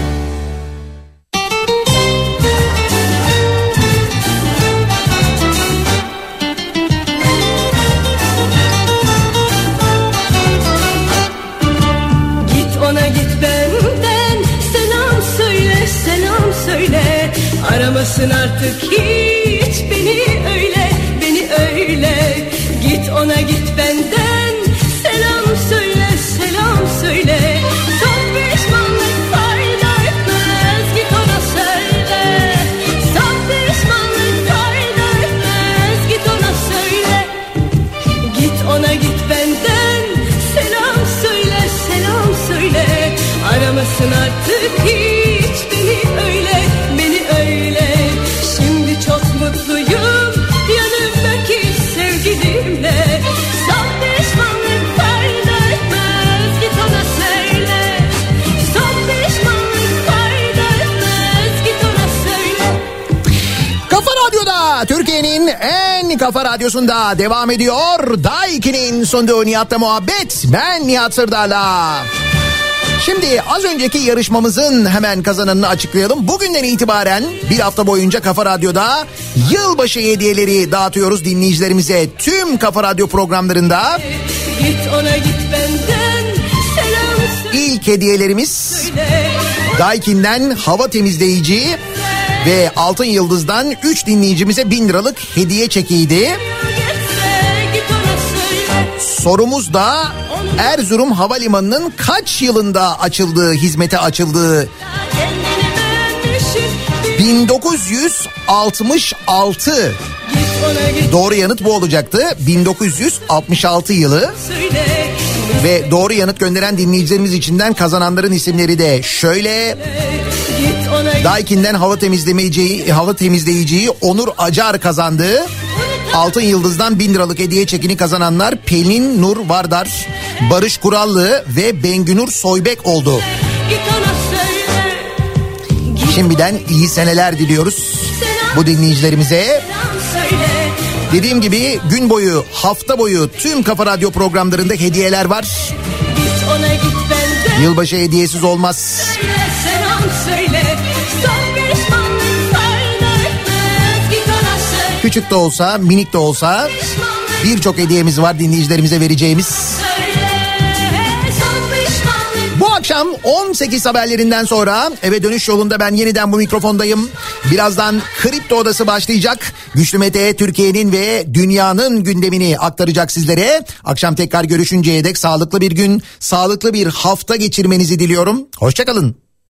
Aramasın artık hiç beni öyle, beni öyle. Git ona git benden, selam söyle, selam söyle. Son pişmanlık fayda etmez, git ona söyle. Son pişmanlık fayda etmez, git ona söyle. Git ona git benden, selam söyle, selam söyle. Aramasın artık hiç beni öyle, beni öyle. Şimdi çok mutluyum yanımdaki sevgilimle. Son pişmanlık fayda etmez, git ona söyle. Son pişmanlık fayda etmez, git ona söyle. Kafa Radyo'da, Türkiye'nin en kafa radyosunda devam ediyor. Daiki'nin sunduğu Nihat'la muhabbet. Ben Nihat Sırdar'la. Şimdi az önceki yarışmamızın hemen kazananını açıklayalım. Bugünden itibaren bir hafta boyunca Kafa Radyo'da yılbaşı hediyeleri dağıtıyoruz dinleyicilerimize. Tüm Kafa Radyo programlarında. Git ona git benden, selam söyle. İlk hediyelerimiz Daikin'den hava temizleyici ve Altın Yıldız'dan üç dinleyicimize bin liralık hediye çekiydi. Sorumuz da Erzurum Havalimanı'nın kaç yılında açıldığı, hizmete açıldığı? bin dokuz yüz altmış altı. Doğru yanıt bu olacaktı. bin dokuz yüz altmış altı yılı. Ve doğru yanıt gönderen dinleyicilerimiz içinden kazananların isimleri de şöyle. Daikin'den hava temizlemeyiciyi, hava temizleyiciyi Onur Acar kazandı. Altın Yıldız'dan bin liralık hediye çekini kazananlar Pelin Nur Vardar, Barış Kurallı ve Bengünur Soybek oldu. Şimdiden iyi seneler diliyoruz bu dinleyicilerimize. Dediğim gibi gün boyu, hafta boyu tüm Kafa Radyo programlarında hediyeler var. Yılbaşı hediyesiz olmaz. Küçük de olsa, minik de olsa birçok hediyemiz var dinleyicilerimize vereceğimiz. Bu akşam on sekiz haberlerinden sonra eve dönüş yolunda ben yeniden bu mikrofondayım. Birazdan Kripto Odası başlayacak. Güçlü Mete Türkiye'nin ve dünyanın gündemini aktaracak sizlere. Akşam tekrar görüşünceye dek sağlıklı bir gün, sağlıklı bir hafta geçirmenizi diliyorum. Hoşça kalın.